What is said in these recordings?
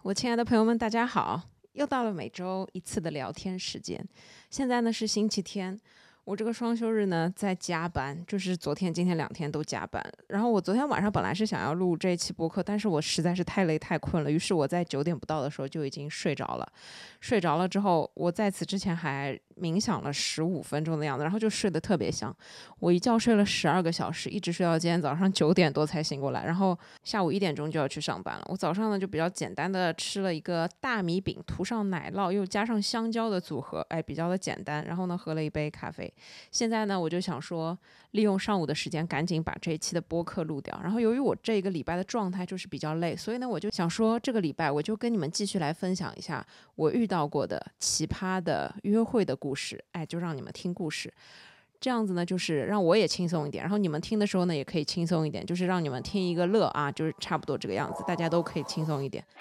我亲爱的朋友们，大家好！又到了每周一次的聊天时间。现在呢是星期天，我这个双休日呢在加班，就是昨天、今天2天都加班。然后我昨天晚上本来是想要录这一期播客，但是我实在是太累太困了，于是我在9点不到的时候就已经睡着了。睡着了之后，我在此之前还冥想了15分钟的样子，然后就睡得特别香。我一觉睡了12个小时，一直睡到今天早上9点多才醒过来，然后下午1点钟就要去上班了。我早上呢就比较简单的吃了一个大米饼，涂上奶酪又加上香蕉的组合，比较的简单。然后呢喝了一杯咖啡。现在呢我就想说，利用上午的时间赶紧把这一期的播客录掉。然后由于我这个礼拜的状态就是比较累，所以呢我就想说，这个礼拜我就跟你们继续来分享一下我遇到过的奇葩的约会的故事，就让你们听故事。这样子呢就是让我也轻松一点，然后你们听的时候呢也可以轻松一点，就是让你们听一个乐啊，就是差不多这个样子，大家都可以轻松一点。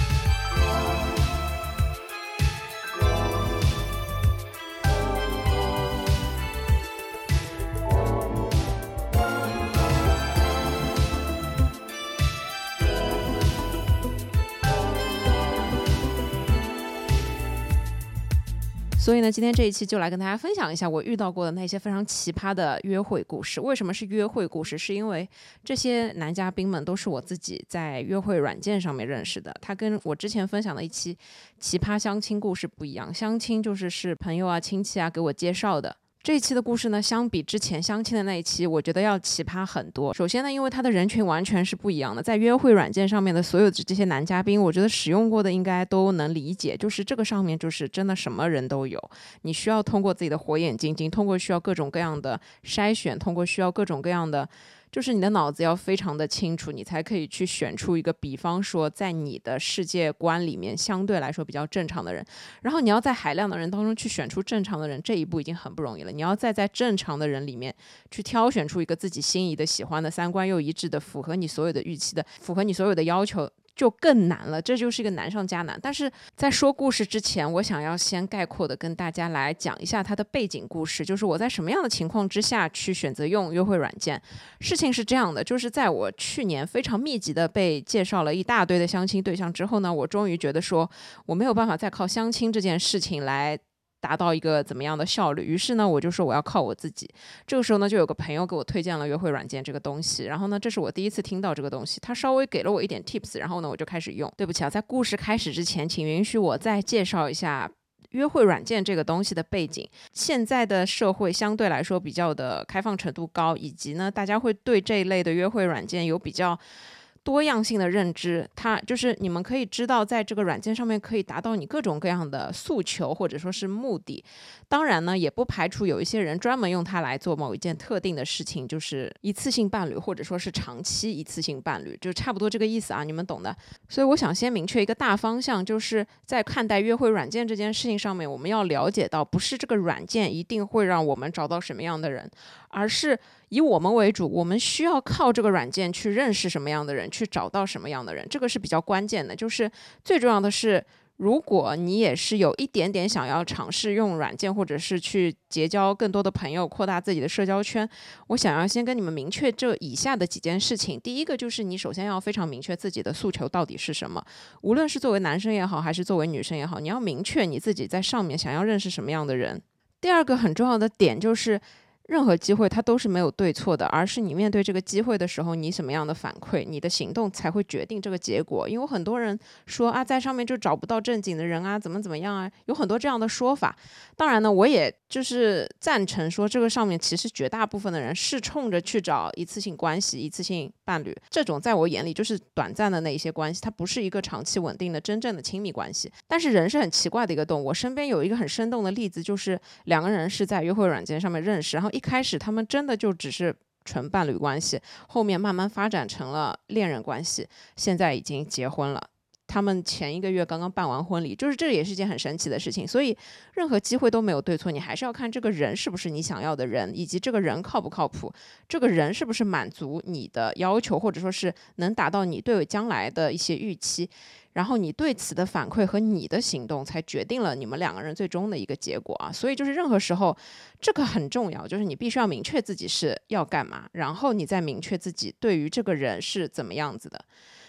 所以呢今天这一期就来跟大家分享一下我遇到过的那些非常奇葩的约会故事。为什么是约会故事？是因为这些男嘉宾们都是我自己在约会软件上面认识的，他跟我之前分享的一期奇葩相亲故事不一样。相亲是朋友啊亲戚啊给我介绍的，这一期的故事呢，相比之前相亲的那一期，我觉得要奇葩很多。首先呢，因为他的人群完全是不一样的，在约会软件上面的所有的这些男嘉宾，我觉得使用过的应该都能理解，就是这个上面就是真的什么人都有，你需要通过自己的火眼金睛，通过需要各种各样的筛选，通过需要各种各样的，就是你的脑子要非常的清楚，你才可以去选出一个，比方说在你的世界观里面相对来说比较正常的人。然后你要在海量的人当中去选出正常的人，这一步已经很不容易了。你要再在正常的人里面去挑选出一个自己心仪的、喜欢的、三观又一致的、符合你所有的预期的、符合你所有的要求，就更难了，这就是一个难上加难。但是在说故事之前，我想要先概括的跟大家来讲一下它的背景故事，就是我在什么样的情况之下去选择用约会软件。事情是这样的，就是在我去年非常密集的被介绍了一大堆的相亲对象之后呢，我终于觉得说我没有办法再靠相亲这件事情来达到一个怎么样的效率，于是呢我就说我要靠我自己。这个时候呢就有个朋友给我推荐了约会软件这个东西，然后呢这是我第一次听到这个东西，他稍微给了我一点 tips， 然后呢我就开始用。对不起啊，在故事开始之前，请允许我再介绍一下约会软件这个东西的背景。现在的社会相对来说比较的开放程度高，以及呢大家会对这一类的约会软件有比较多样性的认知，它就是你们可以知道在这个软件上面可以达到你各种各样的诉求或者说是目的。当然呢也不排除有一些人专门用它来做某一件特定的事情，就是一次性伴侣或者说是长期一次性伴侣，就差不多这个意思啊，你们懂的。所以我想先明确一个大方向，就是在看待约会软件这件事情上面，我们要了解到不是这个软件一定会让我们找到什么样的人，而是以我们为主，我们需要靠这个软件去认识什么样的人，去找到什么样的人，这个是比较关键的。就是最重要的是，如果你也是有一点点想要尝试用软件，或者是去结交更多的朋友，扩大自己的社交圈，我想要先跟你们明确这以下的几件事情。第一个就是你首先要非常明确自己的诉求到底是什么，无论是作为男生也好，还是作为女生也好，你要明确你自己在上面想要认识什么样的人。第二个很重要的点就是任何机会它都是没有对错的，而是你面对这个机会的时候，你什么样的反馈，你的行动才会决定这个结果。因为很多人说啊，在上面就找不到正经的人啊，怎么样啊，有很多这样的说法。当然呢，我也就是赞成说，这个上面其实绝大部分的人是冲着去找一次性关系、一次性伴侣，这种在我眼里就是短暂的那一些关系，它不是一个长期稳定的真正的亲密关系。但是人是很奇怪的一个动物，我身边有一个很生动的例子，就是两个人是在约会软件上面认识，然后一开始他们真的就只是纯伴侣关系，后面慢慢发展成了恋人关系，现在已经结婚了。他们前1个月刚刚办完婚礼，就是这也是一件很神奇的事情。所以任何机会都没有对错，你还是要看这个人是不是你想要的人，以及这个人靠不靠谱，这个人是不是满足你的要求，或者说是能达到你对将来的一些预期，然后你对此的反馈和你的行动才决定了你们两个人最终的一个结果啊。所以就是任何时候这个很重要，就是你必须要明确自己是要干嘛，然后你再明确自己对于这个人是怎么样子的。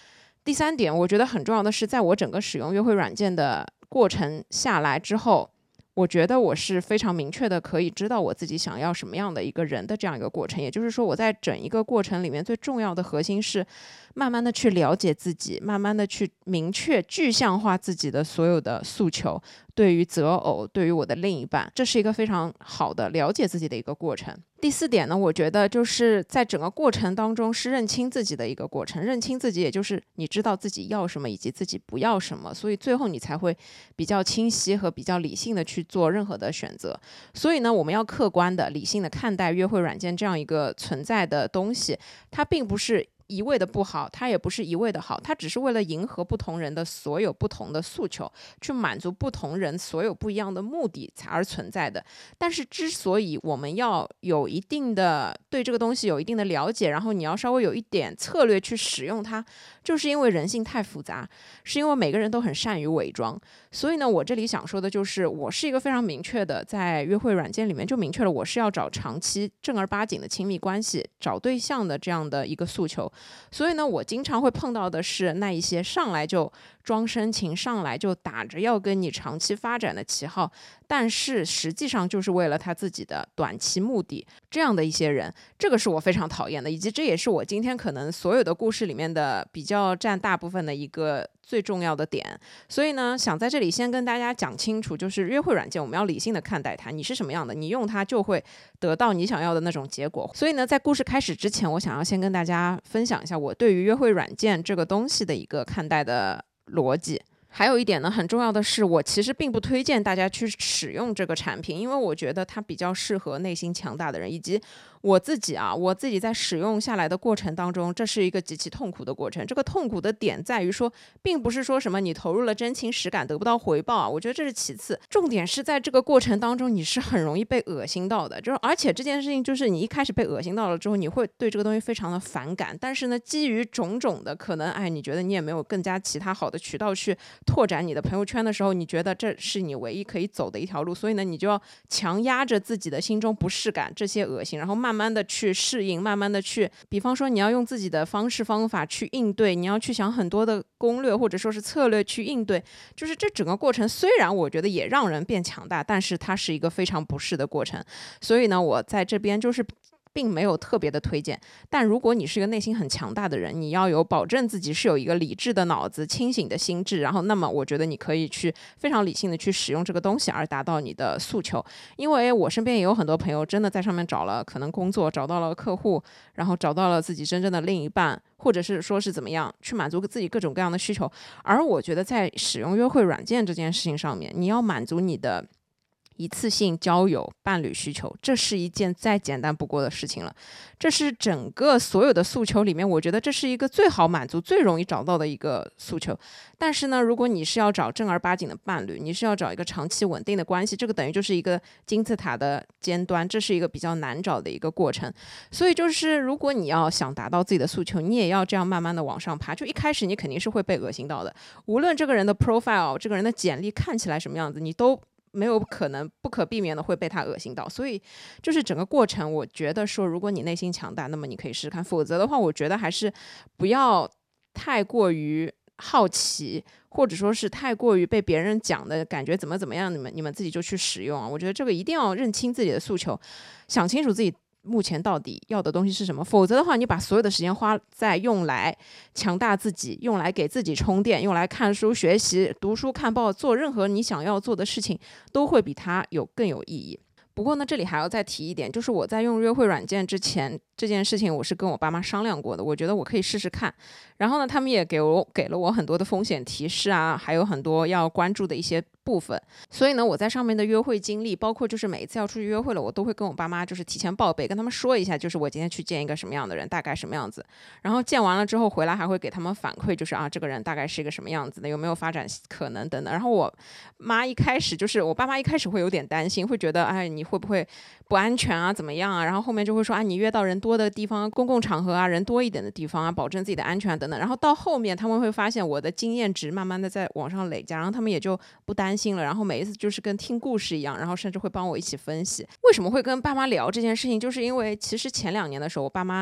第三点，我觉得很重要的是，在我整个使用约会软件的过程下来之后，我觉得我是非常明确的可以知道我自己想要什么样的一个人的这样一个过程。也就是说，我在整一个过程里面最重要的核心是慢慢的去了解自己，慢慢的去明确具象化自己的所有的诉求，对于择偶，对于我的另一半，这是一个非常好的了解自己的一个过程。第四点呢，我觉得就是在整个过程当中是认清自己的一个过程。认清自己也就是你知道自己要什么以及自己不要什么，所以最后你才会比较清晰和比较理性的去做任何的选择。所以呢，我们要客观的理性的看待约会软件这样一个存在的东西，它并不是一味的不好，它也不是一味的好，它只是为了迎合不同人的所有不同的诉求，去满足不同人所有不一样的目的才而存在的。但是之所以我们要有一定的对这个东西有一定的了解，然后你要稍微有一点策略去使用它，就是因为人性太复杂，是因为每个人都很善于伪装。所以呢，我这里想说的就是我是一个非常明确的，在约会软件里面就明确了我是要找长期正儿八经的亲密关系，找对象的这样的一个诉求。所以呢，我经常会碰到的是那一些上来就装深情，上来就打着要跟你长期发展的旗号，但是实际上就是为了他自己的短期目的，这样的一些人，这个是我非常讨厌的，以及这也是我今天可能所有的故事里面的比较占大部分的一个最重要的点。所以呢，想在这里先跟大家讲清楚，就是约会软件我们要理性的看待它，你是什么样的，你用它就会得到你想要的那种结果。所以呢，在故事开始之前，我想要先跟大家分享一下我对于约会软件这个东西的一个看待的逻辑。还有一点呢，很重要的是，我其实并不推荐大家去使用这个产品，因为我觉得它比较适合内心强大的人，以及我自己在使用下来的过程当中，这是一个极其痛苦的过程。这个痛苦的点在于说，并不是说什么你投入了真情实感得不到回报啊，我觉得这是其次，重点是在这个过程当中你是很容易被恶心到的，就是而且这件事情就是你一开始被恶心到了之后，你会对这个东西非常的反感，但是呢，基于种种的可能，你觉得你也没有更加其他好的渠道去拓展你的朋友圈的时候，你觉得这是你唯一可以走的一条路，所以呢，你就要强压着自己的心中不适感，这些恶心，然后慢慢的去适应，慢慢的去，比方说你要用自己的方式方法去应对，你要去想很多的攻略或者说是策略去应对，就是这整个过程虽然我觉得也让人变强大，但是它是一个非常不适的过程。所以呢，我在这边就是并没有特别的推荐，但如果你是一个内心很强大的人，你要有保证自己是有一个理智的脑子、清醒的心智，然后那么我觉得你可以去非常理性的去使用这个东西而达到你的诉求。因为我身边也有很多朋友真的在上面找了可能工作，找到了客户，然后找到了自己真正的另一半，或者是说是怎么样去满足自己各种各样的需求。而我觉得在使用约会软件这件事情上面，你要满足你的一次性交友伴侣需求，这是一件再简单不过的事情了。这是整个所有的诉求里面，我觉得这是一个最好满足、最容易找到的一个诉求。但是呢，如果你是要找正儿八经的伴侣，你是要找一个长期稳定的关系，这个等于就是一个金字塔的尖端，这是一个比较难找的一个过程。所以就是如果你要想达到自己的诉求，你也要这样慢慢的往上爬。就一开始你肯定是会被恶心到的，无论这个人的 profile、这个人的简历看起来什么样子，你都没有可能不可避免的会被他恶心到。所以就是整个过程，我觉得说如果你内心强大，那么你可以试试看，否则的话我觉得还是不要太过于好奇，或者说是太过于被别人讲的感觉怎么样，你们自己就去使用啊。我觉得这个一定要认清自己的诉求，想清楚自己目前到底要的东西是什么，否则的话你把所有的时间花在用来强大自己，用来给自己充电，用来看书学习、读书看报，做任何你想要做的事情，都会比它更有意义。不过呢，这里还要再提一点，就是我在用约会软件之前，这件事情我是跟我爸妈商量过的，我觉得我可以试试看。然后呢，他们也给了我很多的风险提示啊，还有很多要关注的一些部分。所以呢，我在上面的约会经历，包括就是每一次要出去约会了，我都会跟我爸妈就是提前报备，跟他们说一下，就是我今天去见一个什么样的人，大概什么样子。然后见完了之后回来还会给他们反馈，就是这个人大概是一个什么样子的，有没有发展可能等等。然后我爸妈一开始会有点担心，会觉得你会不会不安全啊，怎么样啊？然后后面就会说你约到人多的地方，公共场合啊，人多一点的地方啊，保证自己的安全等等。然后到后面他们会发现我的经验值慢慢的在往上累加，然后他们也就不担心了。然后每一次就是跟听故事一样，然后甚至会帮我一起分析。为什么会跟爸妈聊这件事情，就是因为其实前2年的时候，我爸妈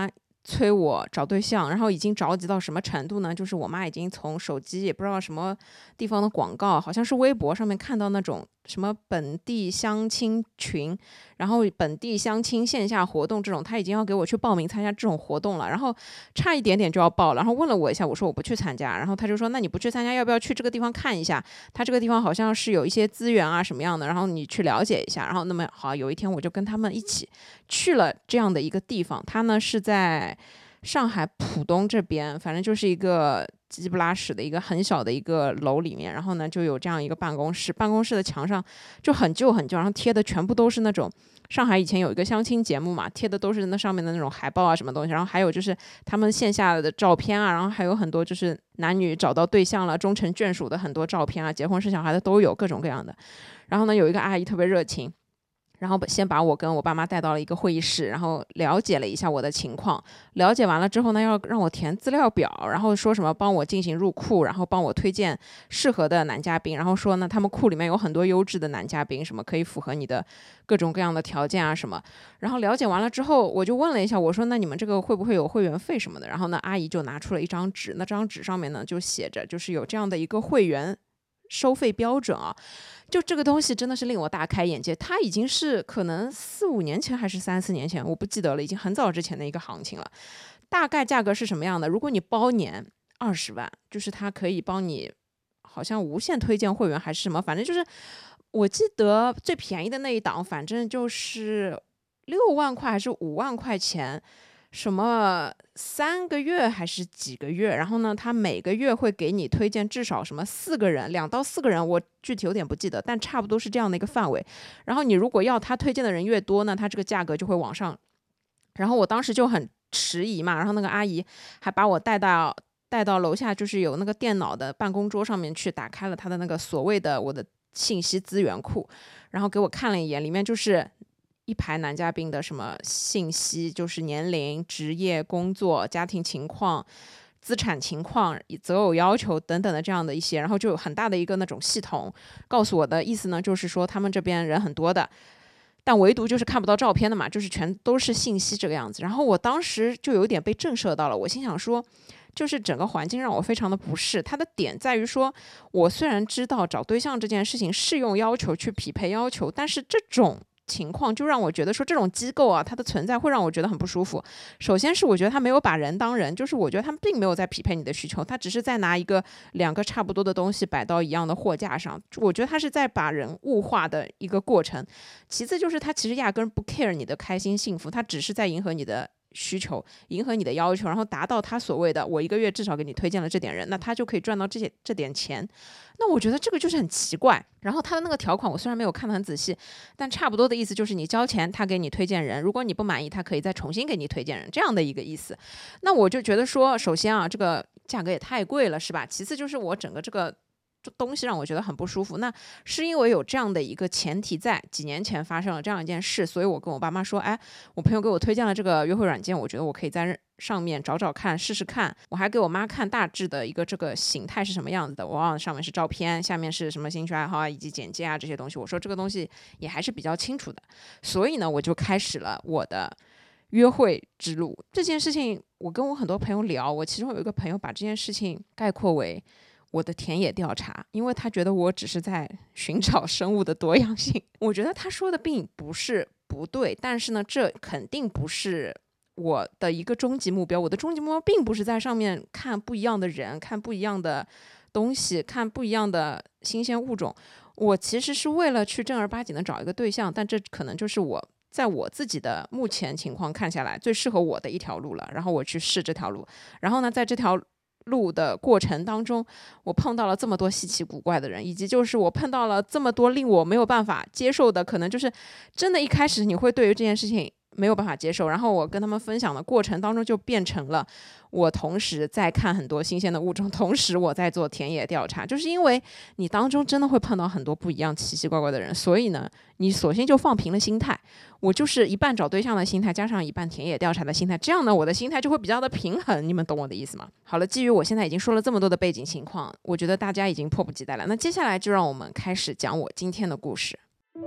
催我找对象，然后已经着急到什么程度呢？就是我妈已经从手机也不知道什么地方的广告，好像是微博上面看到那种什么本地相亲群，然后本地相亲线下活动这种，她已经要给我去报名参加这种活动了，然后差一点点就要报了，然后问了我一下，我说我不去参加，然后她就说那你不去参加，要不要去这个地方看一下？她这个地方好像是有一些资源啊什么样的，然后你去了解一下。然后那么好，有一天我就跟他们一起去了这样的一个地方，它呢是在上海浦东这边，反正就是一个鸡不拉屎的一个很小的一个楼里面，然后呢就有这样一个办公室，办公室的墙上就很旧很旧，然后贴的全部都是那种上海以前有一个相亲节目嘛，贴的都是那上面的那种海报啊什么东西，然后还有就是他们线下的照片啊，然后还有很多就是男女找到对象了终成眷属的很多照片啊，结婚生小孩的都有，各种各样的。然后呢有一个阿姨特别热情，然后先把我跟我爸妈带到了一个会议室，然后了解了一下我的情况。了解完了之后呢，要让我填资料表，然后说什么帮我进行入库，然后帮我推荐适合的男嘉宾，然后说呢他们库里面有很多优质的男嘉宾，什么可以符合你的各种各样的条件啊什么。然后了解完了之后，我就问了一下，我说那你们这个会不会有会员费什么的？然后呢阿姨就拿出了一张纸，那张纸上面呢就写着就是有这样的一个会员收费标准啊。就这个东西真的是令我大开眼界，它已经是可能4-5年前还是3-4年前，我不记得了，已经很早之前的一个行情了。大概价格是什么样的？如果你包年20万，就是它可以帮你好像无限推荐会员还是什么，反正就是我记得最便宜的那一档，反正就是6万块还是5万块钱。什么3个月还是几个月，然后呢他每个月会给你推荐至少什么4个人，2到4个人，我具体有点不记得，但差不多是这样的一个范围。然后你如果要他推荐的人越多呢，他这个价格就会往上。然后我当时就很迟疑嘛，然后那个阿姨还把我带到楼下，就是有那个电脑的办公桌上面去，打开了他的那个所谓的我的信息资源库，然后给我看了一眼，里面就是一排男嘉宾的什么信息，就是年龄、职业、工作、家庭情况、资产情况、择偶要求等等的这样的一些，然后就有很大的一个那种系统告诉我的意思呢，就是说他们这边人很多的，但唯独就是看不到照片的嘛，就是全都是信息这个样子。然后我当时就有点被震慑到了，我心想说就是整个环境让我非常的不适。它的点在于说，我虽然知道找对象这件事情是用要求去匹配要求，但是这种情况就让我觉得说这种机构啊，它的存在会让我觉得很不舒服。首先是我觉得他没有把人当人，就是我觉得他们并没有在匹配你的需求，他只是在拿两个差不多的东西摆到一样的货架上，我觉得他是在把人物化的一个过程。其次就是他其实压根不 care 你的开心幸福，他只是在迎合你的需求，迎合你的要求，然后达到他所谓的我1个月至少给你推荐了这点人，那他就可以赚到这点钱。那我觉得这个就是很奇怪。然后他的那个条款我虽然没有看得很仔细，但差不多的意思就是你交钱他给你推荐人，如果你不满意他可以再重新给你推荐人，这样的一个意思。那我就觉得说首先啊这个价格也太贵了是吧，其次就是我整个这个东西让我觉得很不舒服。那是因为有这样的一个前提在，几年前发生了这样一件事，所以我跟我爸妈说，哎，我朋友给我推荐了这个约会软件，我觉得我可以在上面找找看试试看。我还给我妈看大致的一个这个形态是什么样子的，我忘了上面是照片，下面是什么兴趣爱好啊以及简介啊这些东西，我说这个东西也还是比较清楚的。所以呢我就开始了我的约会之路。这件事情我跟我很多朋友聊，我其中有一个朋友把这件事情概括为我的田野调查，因为他觉得我只是在寻找生物的多样性。我觉得他说的并不是不对，但是呢这肯定不是我的一个终极目标。我的终极目标并不是在上面看不一样的人，看不一样的东西，看不一样的新鲜物种。我其实是为了去正儿八经的找一个对象，但这可能就是我在我自己的目前情况看下来最适合我的一条路了，然后我去试这条路。然后呢在这条路的过程当中，我碰到了这么多稀奇古怪的人，以及就是我碰到了这么多令我没有办法接受的，可能就是真的一开始你会对于这件事情没有办法接受，然后我跟他们分享的过程当中就变成了我同时在看很多新鲜的物种，同时我在做田野调查。就是因为你当中真的会碰到很多不一样奇奇怪怪的人，所以呢你索性就放平了心态。我就是一半找对象的心态加上一半田野调查的心态，这样呢我的心态就会比较的平衡，你们懂我的意思吗？好了，基于我现在已经说了这么多的背景情况，我觉得大家已经迫不及待了，那接下来就让我们开始讲我今天的故事。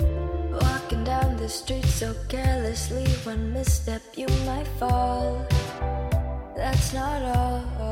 Walking down the street so carelessly, one misstep you might fall. not all.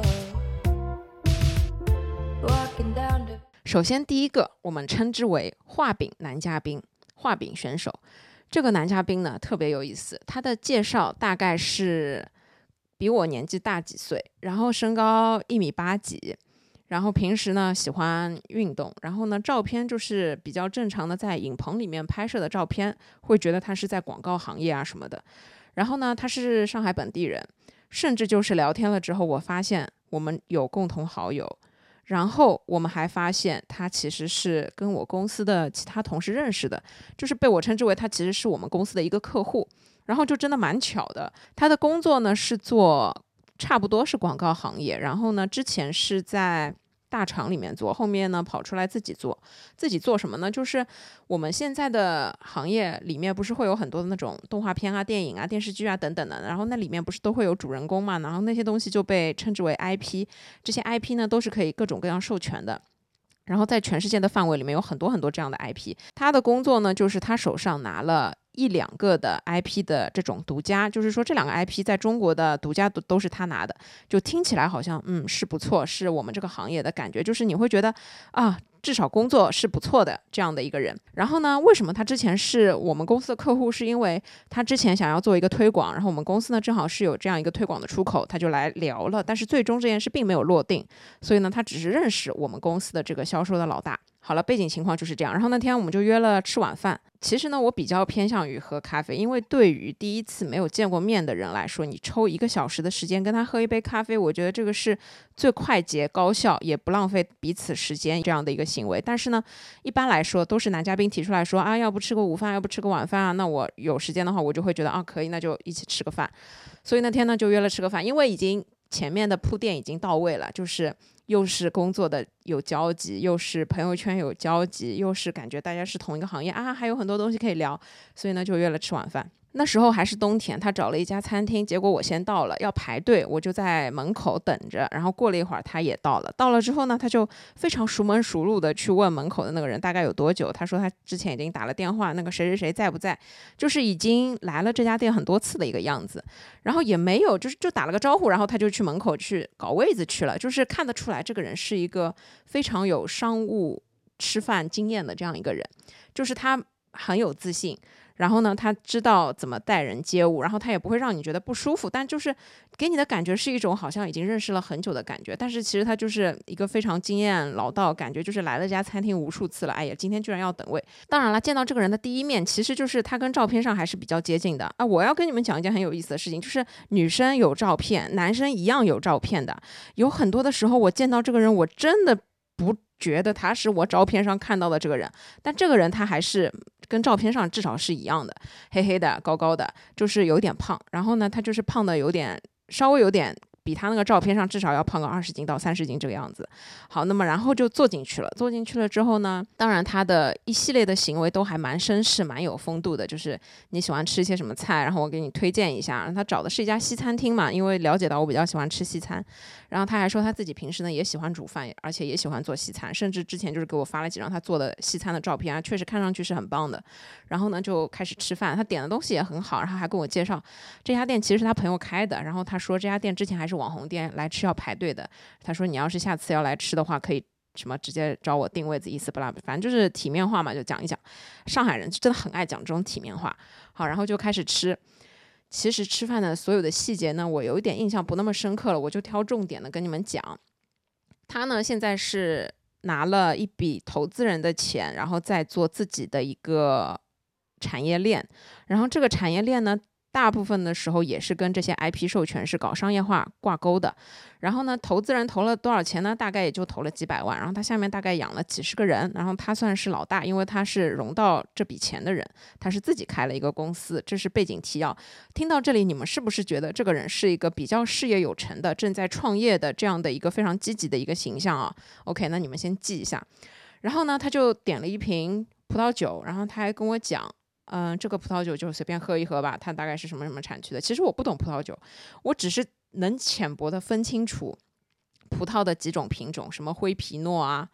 Walking down the 首先第一个我们称之为画饼男嘉宾，画饼选手。这个男嘉宾呢特别有意思，他的介绍大概是比我年纪大几岁，然后身高1.8米几，然后平时呢喜欢运动，然后呢照片就是比较正常的在影棚里面拍摄的照片，会觉得他是在广告行业啊什么的。然后呢他是上海本地人，甚至就是聊天了之后，我发现我们有共同好友，然后我们还发现他其实是跟我公司的其他同事认识的，就是被我称之为他其实是我们公司的一个客户。然后就真的蛮巧的，他的工作呢是做差不多是广告行业，然后呢之前是在大厂里面做，后面呢跑出来自己做。自己做什么呢？就是我们现在的行业里面不是会有很多的那种动画片啊、电影啊、电视剧啊等等的，然后那里面不是都会有主人公嘛，然后那些东西就被称之为 IP， 这些 IP 呢都是可以各种各样授权的。然后在全世界的范围里面有很多很多这样的 IP， 他的工作呢就是他手上拿了1-2个的 IP 的这种独家，就是说这2个 IP 在中国的独家都是他拿的，就听起来好像是不错，是我们这个行业的感觉，就是你会觉得啊至少工作是不错的这样的一个人。然后呢为什么他之前是我们公司的客户，是因为他之前想要做一个推广，然后我们公司呢正好是有这样一个推广的出口，他就来聊了，但是最终这件事并没有落定，所以呢他只是认识我们公司的这个销售的老大。好了，背景情况就是这样。然后那天我们就约了吃晚饭。其实呢，我比较偏向于喝咖啡，因为对于第一次没有见过面的人来说，你抽1个小时的时间跟他喝一杯咖啡，我觉得这个是最快捷高效，也不浪费彼此时间这样的一个行为。但是呢，一般来说都是男嘉宾提出来说啊，要不吃个午饭，要不吃个晚饭啊，那我有时间的话，我就会觉得啊，可以，那就一起吃个饭。所以那天呢，就约了吃个饭，因为已经前面的铺垫已经到位了，就是又是工作的有交集，又是朋友圈有交集，又是感觉大家是同一个行业啊，还有很多东西可以聊，所以呢就约了吃晚饭。那时候还是冬天，他找了一家餐厅，结果我先到了，要排队，我就在门口等着。然后过了一会儿，他也到了。到了之后呢，他就非常熟门熟路的去问门口的那个人大概有多久。他说他之前已经打了电话，那个谁谁谁在不在，就是已经来了这家店很多次的一个样子。然后也没有，就打了个招呼，然后他就去门口去搞位子去了。就是看得出来，这个人是一个非常有商务吃饭经验的这样一个人，就是他很有自信。然后呢他知道怎么待人接物，然后他也不会让你觉得不舒服，但就是给你的感觉是一种好像已经认识了很久的感觉，但是其实他就是一个非常经验老道，感觉就是来了这家餐厅无数次了，哎呀今天居然要等位。当然了，见到这个人的第一面其实就是他跟照片上还是比较接近的啊。我要跟你们讲一件很有意思的事情，就是女生有照片，男生一样有照片的。有很多的时候我见到这个人，我真的不觉得他是我照片上看到的这个人，但这个人他还是跟照片上至少是一样的，黑黑的高高的，就是有点胖。然后呢他就是胖的有点稍微有点比他那个照片上至少要胖个20斤到30斤这个样子。好，那么然后就坐进去了。坐进去了之后呢，当然他的一系列的行为都还蛮绅士蛮有风度的，就是你喜欢吃一些什么菜，然后我给你推荐一下。他找的是一家西餐厅嘛，因为了解到我比较喜欢吃西餐。然后他还说他自己平时呢也喜欢煮饭，而且也喜欢做西餐，甚至之前就是给我发了几张他做的西餐的照片啊，确实看上去是很棒的。然后呢就开始吃饭，他点的东西也很好，然后还跟我介绍这家店其实是他朋友开的，然后他说这家店之前还是网红店，来吃要排队的。他说你要是下次要来吃的话，可以什么直接找我定位子，意思不啦，反正就是体面话嘛，就讲一讲。上海人真的很爱讲这种体面话。好，然后就开始吃。其实吃饭的所有的细节呢，我有一点印象不那么深刻了，我就挑重点的跟你们讲。他呢现在是拿了一笔投资人的钱，然后再做自己的一个产业链，然后这个产业链呢大部分的时候也是跟这些 IP 授权是搞商业化挂钩的。然后呢投资人投了多少钱呢？大概也就投了几百万，然后他下面大概养了几十个人，然后他算是老大，因为他是融到这笔钱的人，他是自己开了一个公司。这是背景提要。听到这里，你们是不是觉得这个人是一个比较事业有成的正在创业的这样的一个非常积极的一个形象啊？ OK， 那你们先记一下。然后呢他就点了一瓶葡萄酒，然后他还跟我讲这个葡萄酒就随便喝一喝吧，它大概是什么什么产区的。其实我不懂葡萄酒，我只是能浅薄的分清楚葡萄的几种品种，什么灰皮诺啊、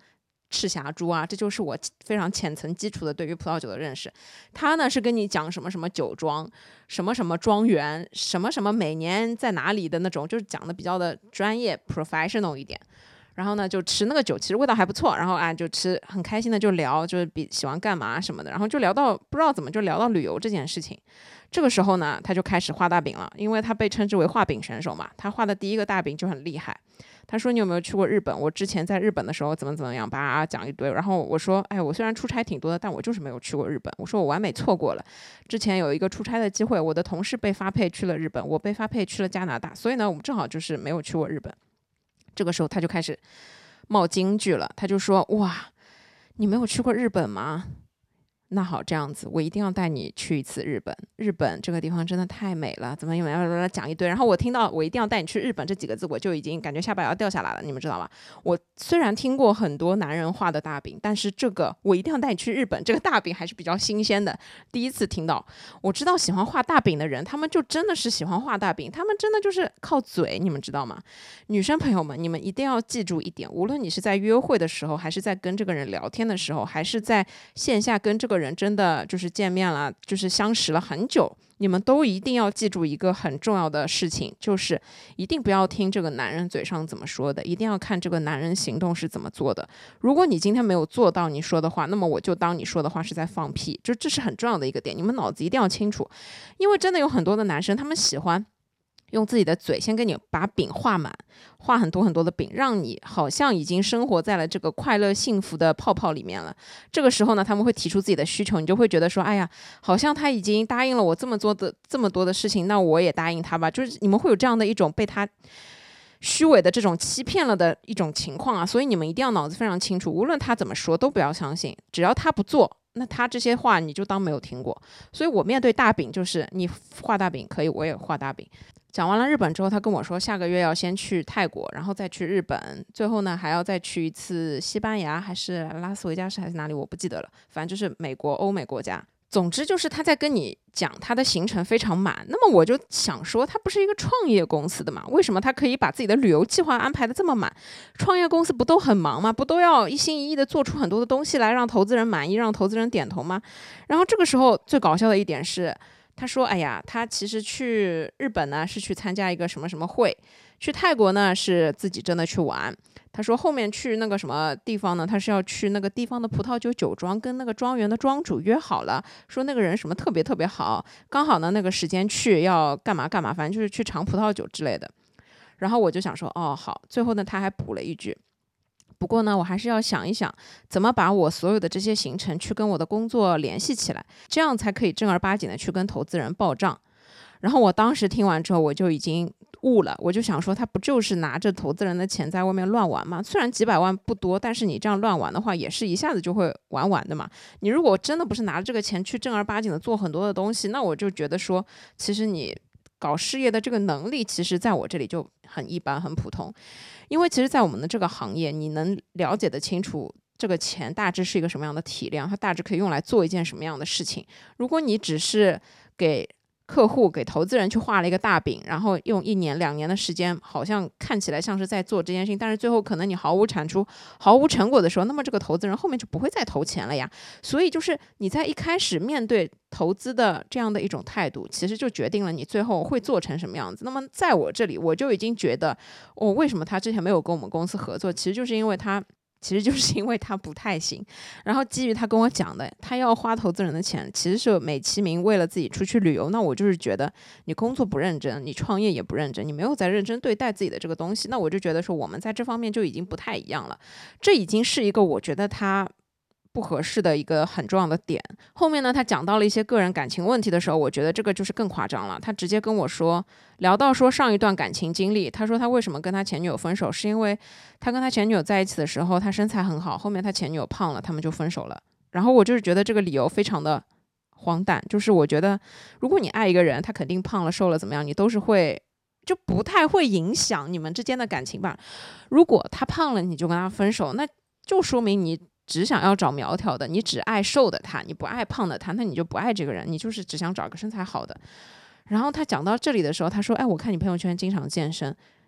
赤霞珠啊，这就是我非常浅层基础的对于葡萄酒的认识。他呢是跟你讲什么什么酒庄，什么什么庄园，什么什么每年在哪里的那种，就是讲的比较的专业 professional 一点。然后呢就吃那个酒，其实味道还不错，然后就吃很开心的就聊，就是喜欢干嘛什么的，然后就聊到不知道怎么就聊到旅游这件事情。这个时候呢他就开始画大饼了，因为他被称之为画饼选手嘛，他画的第一个大饼就很厉害。他说你有没有去过日本？我之前在日本的时候怎么样，吧讲一堆。然后我说，哎，我虽然出差挺多的，但我就是没有去过日本。我说我完美错过了，之前有一个出差的机会，我的同事被发配去了日本，我被发配去了加拿大，所以呢，我们正好就是没有去过日本。这个时候他就开始冒金句了，他就说，哇，你没有去过日本吗？那好，这样子，我一定要带你去一次日本。日本这个地方真的太美了，怎么讲一堆。然后我听到我一定要带你去日本这几个字，我就已经感觉下巴要掉下来了，你们知道吗？我虽然听过很多男人画的大饼，但是这个我一定要带你去日本这个大饼还是比较新鲜的，第一次听到。我知道喜欢画大饼的人，他们就真的是喜欢画大饼，他们真的就是靠嘴，你们知道吗？女生朋友们，你们一定要记住一点，无论你是在约会的时候，还是在跟这个人聊天的时候，还是在线下跟这个人真的就是见面了，就是相识了很久，你们都一定要记住一个很重要的事情，就是一定不要听这个男人嘴上怎么说的，一定要看这个男人行动是怎么做的。如果你今天没有做到你说的话，那么我就当你说的话是在放屁，就这是很重要的一个点，你们脑子一定要清楚。因为真的有很多的男生，他们喜欢用自己的嘴先给你把饼画满，画很多很多的饼，让你好像已经生活在了这个快乐幸福的泡泡里面了。这个时候呢，他们会提出自己的需求，你就会觉得说，哎呀，好像他已经答应了我这么多的事情，那我也答应他吧。就是你们会有这样的一种被他虚伪的这种欺骗了的一种情况啊，所以你们一定要脑子非常清楚，无论他怎么说都不要相信，只要他不做，那他这些话你就当没有听过。所以我面对大饼就是你画大饼可以，我也画大饼。讲完了日本之后，他跟我说下个月要先去泰国，然后再去日本，最后呢还要再去一次西班牙还是拉斯维加斯还是哪里我不记得了，反正就是美国欧美国家。总之就是他在跟你讲他的行程非常满，那么我就想说他不是一个创业公司的嘛，为什么他可以把自己的旅游计划安排的这么满？创业公司不都很忙吗？不都要一心一意的做出很多的东西来让投资人满意，让投资人点头吗？然后这个时候最搞笑的一点是，他说，哎呀，他其实去日本呢是去参加一个什么什么会，去泰国呢是自己真的去玩。他说后面去那个什么地方呢，他是要去那个地方的葡萄酒酒庄，跟那个庄园的庄主约好了，说那个人什么特别特别好，刚好呢那个时间去要干嘛干嘛，反正就是去尝葡萄酒之类的。然后我就想说，哦好，最后呢他还补了一句，不过呢我还是要想一想怎么把我所有的这些行程去跟我的工作联系起来，这样才可以正儿八经的去跟投资人报账。然后我当时听完之后我就已经悟了，我就想说他不就是拿着投资人的钱在外面乱玩吗？虽然几百万不多，但是你这样乱玩的话也是一下子就会玩完的嘛。你如果真的不是拿着这个钱去正儿八经的做很多的东西，那我就觉得说其实你搞事业的这个能力其实在我这里就很一般很普通。因为其实在我们的这个行业，你能了解得清楚这个钱大致是一个什么样的体量，它大致可以用来做一件什么样的事情。如果你只是给客户给投资人去画了一个大饼，然后用1年2年的时间，好像看起来像是在做这件事情，但是最后可能你毫无产出毫无成果的时候，那么这个投资人后面就不会再投钱了呀。所以就是你在一开始面对投资的这样的一种态度，其实就决定了你最后会做成什么样子。那么在我这里我就已经觉得，为什么他之前没有跟我们公司合作，其实就是因为他不太行。然后基于他跟我讲的，他要花投资人的钱，其实是美其名为了自己出去旅游。那我就是觉得你工作不认真，你创业也不认真，你没有在认真对待自己的这个东西。那我就觉得说我们在这方面就已经不太一样了，这已经是一个我觉得他不合适的一个很重要的点。后面呢他讲到了一些个人感情问题的时候，我觉得这个就是更夸张了。他直接跟我说，聊到说上一段感情经历，他说他为什么跟他前女友分手，是因为他跟他前女友在一起的时候他身材很好，后面他前女友胖了，他们就分手了。然后我就是觉得这个理由非常的荒诞，就是我觉得如果你爱一个人，他肯定胖了瘦了怎么样，你都是会就不太会影响你们之间的感情吧。如果他胖了你就跟他分手，那就说明你只想要找苗条的，你只爱瘦的他，你不爱胖的他，那你就不爱这个人，你就是只想找个身材好的。然后他讲到这里的时候，他说，哎，我看你朋友圈经常健身，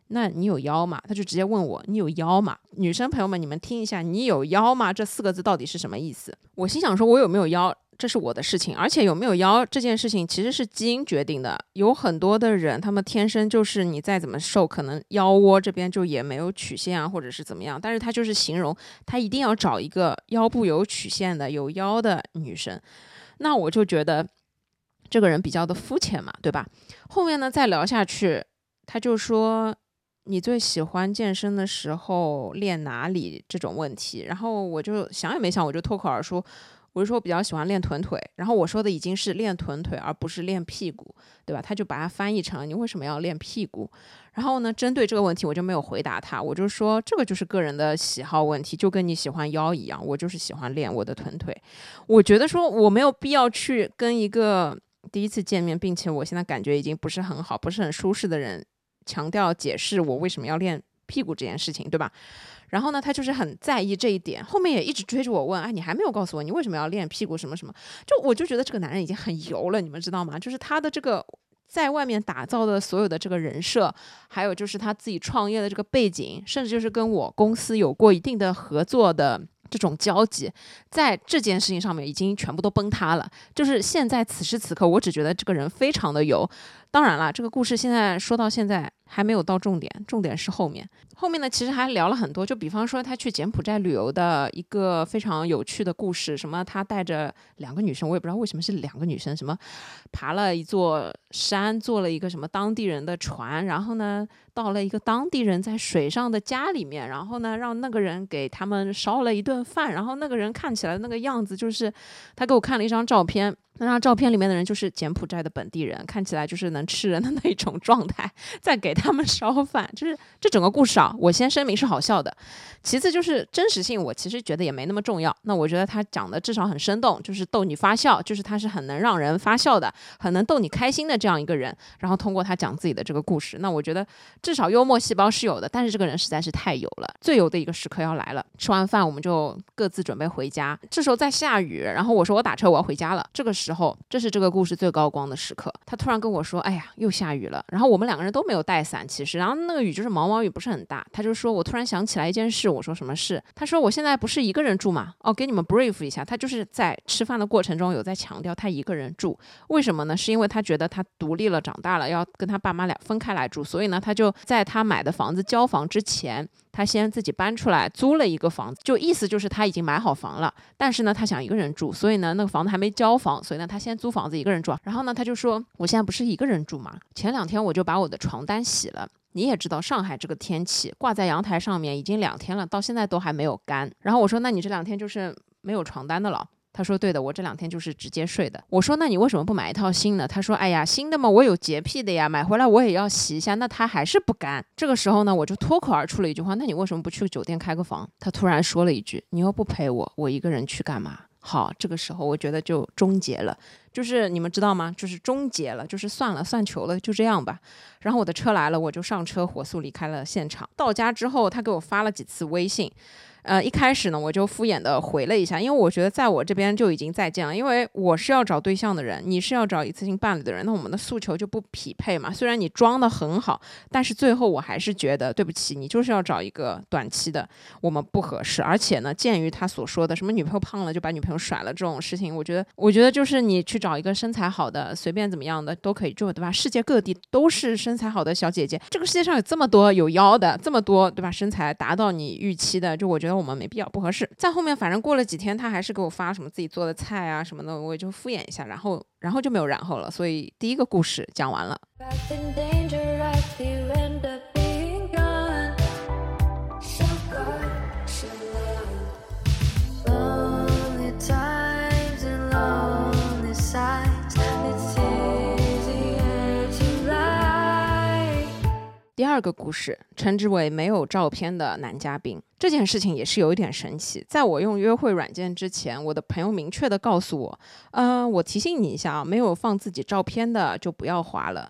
那你有腰吗？他就直接问我，你有腰吗？女生朋友们，你们听一下，你有腰吗？这4个字到底是什么意思？我心想说，我有没有腰？这是我的事情，而且有没有腰这件事情其实是基因决定的。有很多的人，他们天生就是你再怎么瘦，可能腰窝这边就也没有曲线啊，或者是怎么样，但是他就是形容他一定要找一个腰部有曲线的、有腰的女生。那我就觉得这个人比较的肤浅嘛，对吧？后面呢再聊下去，他就说你最喜欢健身的时候练哪里这种问题，然后我就想也没想，我就脱口而出，我就说我比较喜欢练臀腿，然后我说的已经是练臀腿而不是练屁股，对吧？他就把它翻译成你为什么要练屁股。然后呢，针对这个问题我就没有回答他，我就说这个就是个人的喜好问题，就跟你喜欢腰一样，我就是喜欢练我的臀腿。我觉得说我没有必要去跟一个第一次见面并且我现在感觉已经不是很好不是很舒适的人强调解释我为什么要练屁股这件事情，对吧？然后呢，他就是很在意这一点，后面也一直追着我问，哎，你还没有告诉我你为什么要练屁股什么什么？我就觉得这个男人已经很油了，你们知道吗？就是他的这个在外面打造的所有的这个人设，还有就是他自己创业的这个背景，甚至就是跟我公司有过一定的合作的这种交集，在这件事情上面已经全部都崩塌了。就是现在此时此刻，我只觉得这个人非常的油。当然了，这个故事现在说到现在还没有到重点，重点是后面呢，其实还聊了很多，就比方说他去柬埔寨旅游的一个非常有趣的故事，什么他带着2个女生，我也不知道为什么是2个女生，什么爬了一座山，坐了一个什么当地人的船，然后呢到了一个当地人在水上的家里面，然后呢让那个人给他们烧了一顿饭，然后那个人看起来那个样子就是他给我看了一张照片，那张照片里面的人就是柬埔寨的本地人，看起来就是能吃人的那种状态，在给他们烧饭。就是这整个故事啊，我先声明是好笑的，其次就是真实性，我其实觉得也没那么重要。那我觉得他讲的至少很生动，就是逗你发笑，就是他是很能让人发笑的，很能逗你开心的这样一个人。然后通过他讲自己的这个故事，那我觉得至少幽默细胞是有的，但是这个人实在是太油了。最油的一个时刻要来了，吃完饭我们就各自准备回家，这时候在下雨，然后我说我打车我要回家了。这个时候，这是这个故事最高光的时刻，他突然跟我说，哎呀又下雨了，然后我们2个人都没有带伞，其实然后那个雨就是毛毛雨，不是很大。他就说我突然想起来一件事，我说什么事？他说我现在不是一个人住嘛，给你们 brief 一下，他就是在吃饭的过程中有在强调他一个人住，为什么呢？是因为他觉得他独立了长大了要跟他爸妈俩分开来住，所以呢他就在他买的房子交房之前，他先自己搬出来租了一个房子，就意思就是他已经买好房了，但是呢他想一个人住，所以呢那个房子还没交房，所以呢他先租房子一个人住。然后呢他就说我现在不是一个人住嘛，前2天我就把我的床单洗了，你也知道上海这个天气，挂在阳台上面已经2天了，到现在都还没有干。然后我说那你这2天就是没有床单的了？他说对的，我这2天就是直接睡的。我说那你为什么不买一套新的？他说哎呀新的嘛我有洁癖的呀，买回来我也要洗一下，那他还是不干。这个时候呢我就脱口而出了一句话，那你为什么不去酒店开个房？他突然说了一句，你又不陪我，我一个人去干嘛？好，这个时候我觉得就终结了，就是你们知道吗？就是终结了，就是算了，算球了，就这样吧。然后我的车来了，我就上车，火速离开了现场。到家之后，他给我发了几次微信。一开始呢，我就敷衍的回了一下，因为我觉得在我这边就已经再见了，因为我是要找对象的人，你是要找一次性伴侣的人，那我们的诉求就不匹配嘛。虽然你装的很好，但是最后我还是觉得对不起，你就是要找一个短期的，我们不合适。而且呢，鉴于他所说的什么女朋友胖了就把女朋友甩了这种事情，我觉得就是你去找一个身材好的，随便怎么样的都可以做，对吧？世界各地都是身材好的小姐姐，这个世界上有这么多有腰的，这么多，对吧？身材达到你预期的，就我觉得我们没必要，不合适。在后面反正过了几天，他还是给我发什么自己做的菜啊什么的，我也就敷衍一下，然后就没有然后了。所以第一个故事讲完了。第二个故事称之为没有照片的男嘉宾。这件事情也是有一点神奇，在我用约会软件之前，我的朋友明确的告诉我，我提醒你一下啊，没有放自己照片的就不要滑了。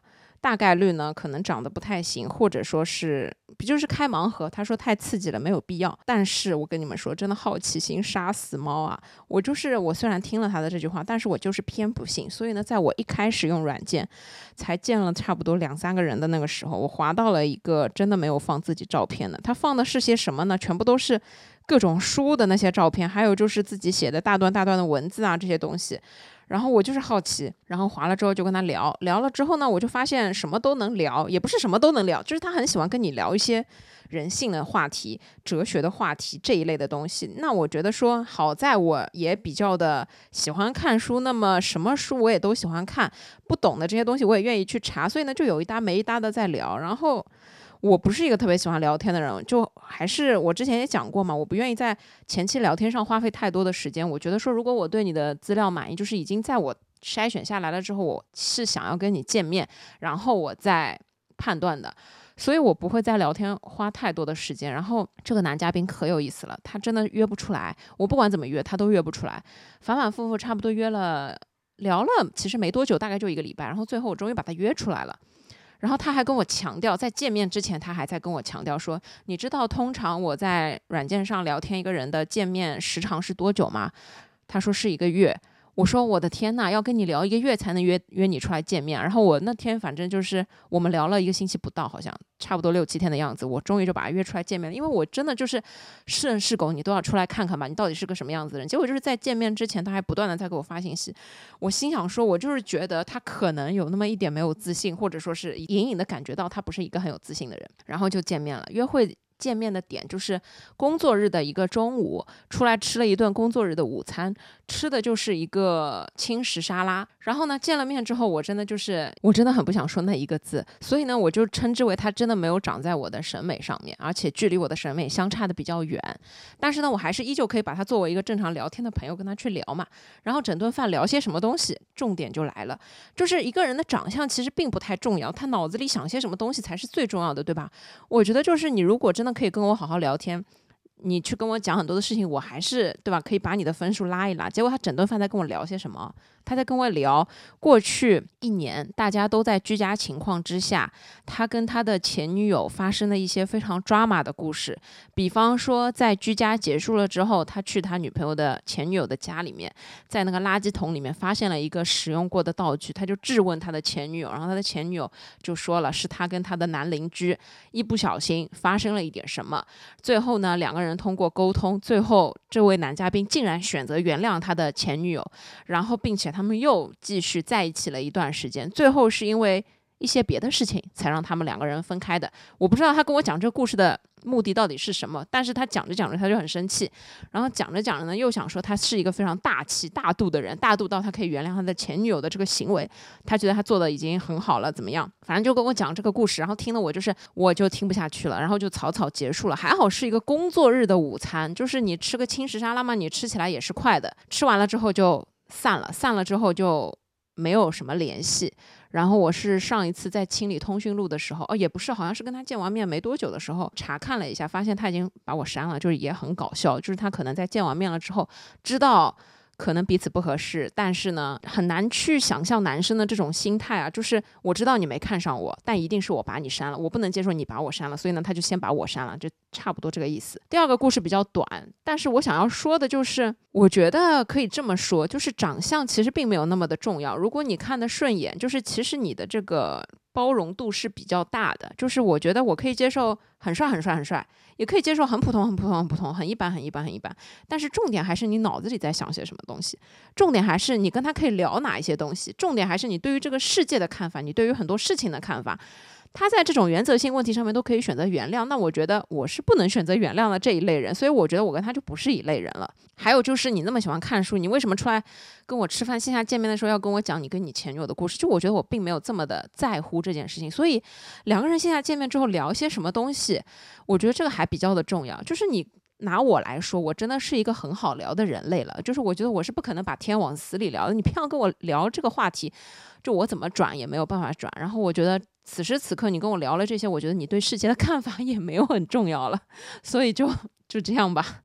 大概率呢可能长得不太行，或者说是就是开盲盒，他说太刺激了没有必要。但是我跟你们说真的，好奇心杀死猫啊，我虽然听了他的这句话，但是我就是偏不信。所以呢，在我一开始用软件才见了差不多2-3个人的那个时候，我滑到了一个真的没有放自己照片的，他放的是些什么呢？全部都是各种书的那些照片，还有就是自己写的大段大段的文字啊，这些东西。然后我就是好奇，然后滑了之后就跟他聊了之后呢，我就发现什么都能聊，也不是什么都能聊，就是他很喜欢跟你聊一些人性的话题、哲学的话题这一类的东西。那我觉得说好在我也比较的喜欢看书，那么什么书我也都喜欢看，不懂的这些东西我也愿意去查，所以呢就有一搭没一搭的在聊。然后我不是一个特别喜欢聊天的人，就还是我之前也讲过嘛，我不愿意在前期聊天上花费太多的时间。我觉得说如果我对你的资料满意，就是已经在我筛选下来了之后，我是想要跟你见面，然后我再判断的，所以我不会在聊天花太多的时间。然后这个男嘉宾可有意思了，他真的约不出来，我不管怎么约他都约不出来，反反复复差不多聊了其实没多久，大概就1个礼拜，然后最后我终于把他约出来了。然后他还跟我强调，在见面之前他还在跟我强调说，你知道通常我在软件上聊天一个人的见面时长是多久吗？他说是1个月。我说我的天呐，要跟你聊1个月才能约你出来见面。然后我那天反正就是我们聊了1个星期不到，好像差不多6-7天的样子，我终于就把他约出来见面了。因为我真的就是是人是狗你都要出来看看吧，你到底是个什么样子的人。结果就是在见面之前他还不断的在给我发信息，我心想说我就是觉得他可能有那么一点没有自信，或者说是隐隐的感觉到他不是一个很有自信的人。然后就见面了，约会见面的点就是工作日的一个中午，出来吃了一顿工作日的午餐，吃的就是一个轻食沙拉。然后呢，见了面之后，我真的很不想说那1个字，所以呢，我就称之为他真的没有长在我的审美上面，而且距离我的审美相差的比较远。但是呢，我还是依旧可以把他作为一个正常聊天的朋友跟他去聊嘛。然后整顿饭聊些什么东西，重点就来了，就是一个人的长相其实并不太重要，他脑子里想些什么东西才是最重要的，对吧？我觉得就是你如果真的可以跟我好好聊天，你去跟我讲很多的事情，我还是对吧，可以把你的分数拉一拉。结果他整顿饭在跟我聊些什么？他在跟我聊过去1年大家都在居家情况之下，他跟他的前女友发生了一些非常 drama 的故事。比方说在居家结束了之后，他去他前女友的家里面，在那个垃圾桶里面发现了一个使用过的道具，他就质问他的前女友，然后他的前女友就说了是他跟他的男邻居一不小心发生了一点什么。最后呢2个人通过沟通，最后这位男嘉宾竟然选择原谅他的前女友，然后并且他们又继续在一起了一段时间，最后是因为一些别的事情才让他们2个人分开的。我不知道他跟我讲这个故事的目的到底是什么，但是他讲着讲着他就很生气，然后讲着讲着呢又想说他是一个非常大气大度的人，大度到他可以原谅他的前女友的这个行为，他觉得他做的已经很好了，怎么样，反正就跟我讲这个故事，然后听了我就听不下去了，然后就草草结束了。还好是一个工作日的午餐，就是你吃个轻食沙拉嘛，你吃起来也是快的，吃完了之后就散了之后就没有什么联系。然后我是上一次在清理通讯录的时候，也不是，好像是跟他见完面没多久的时候查看了一下，发现他已经把我删了，就是也很搞笑，就是他可能在见完面了之后知道可能彼此不合适，但是呢很难去想象男生的这种心态啊，就是我知道你没看上我，但一定是我把你删了，我不能接受你把我删了，所以呢他就先把我删了，就差不多这个意思。第二个故事比较短，但是我想要说的就是我觉得可以这么说，就是长相其实并没有那么的重要，如果你看得顺眼，就是其实你的这个包容度是比较大的，就是我觉得我可以接受很帅很帅很帅，也可以接受很普通很普通很普通，很一般很一般很一般，但是重点还是你脑子里在想些什么东西，重点还是你跟他可以聊哪一些东西，重点还是你对于这个世界的看法，你对于很多事情的看法。他在这种原则性问题上面都可以选择原谅，那我觉得我是不能选择原谅的这一类人，所以我觉得我跟他就不是一类人了。还有就是你那么喜欢看书，你为什么出来跟我吃饭线下见面的时候要跟我讲你跟你前女友的故事？就我觉得我并没有这么的在乎这件事情，所以2个人线下见面之后聊一些什么东西，我觉得这个还比较的重要。就是你拿我来说，我真的是一个很好聊的人类了，就是我觉得我是不可能把天往死里聊的，你偏要跟我聊这个话题，就我怎么转也没有办法转。然后我觉得此时此刻你跟我聊了这些，我觉得你对世界的看法也没有很重要了，所以就这样吧。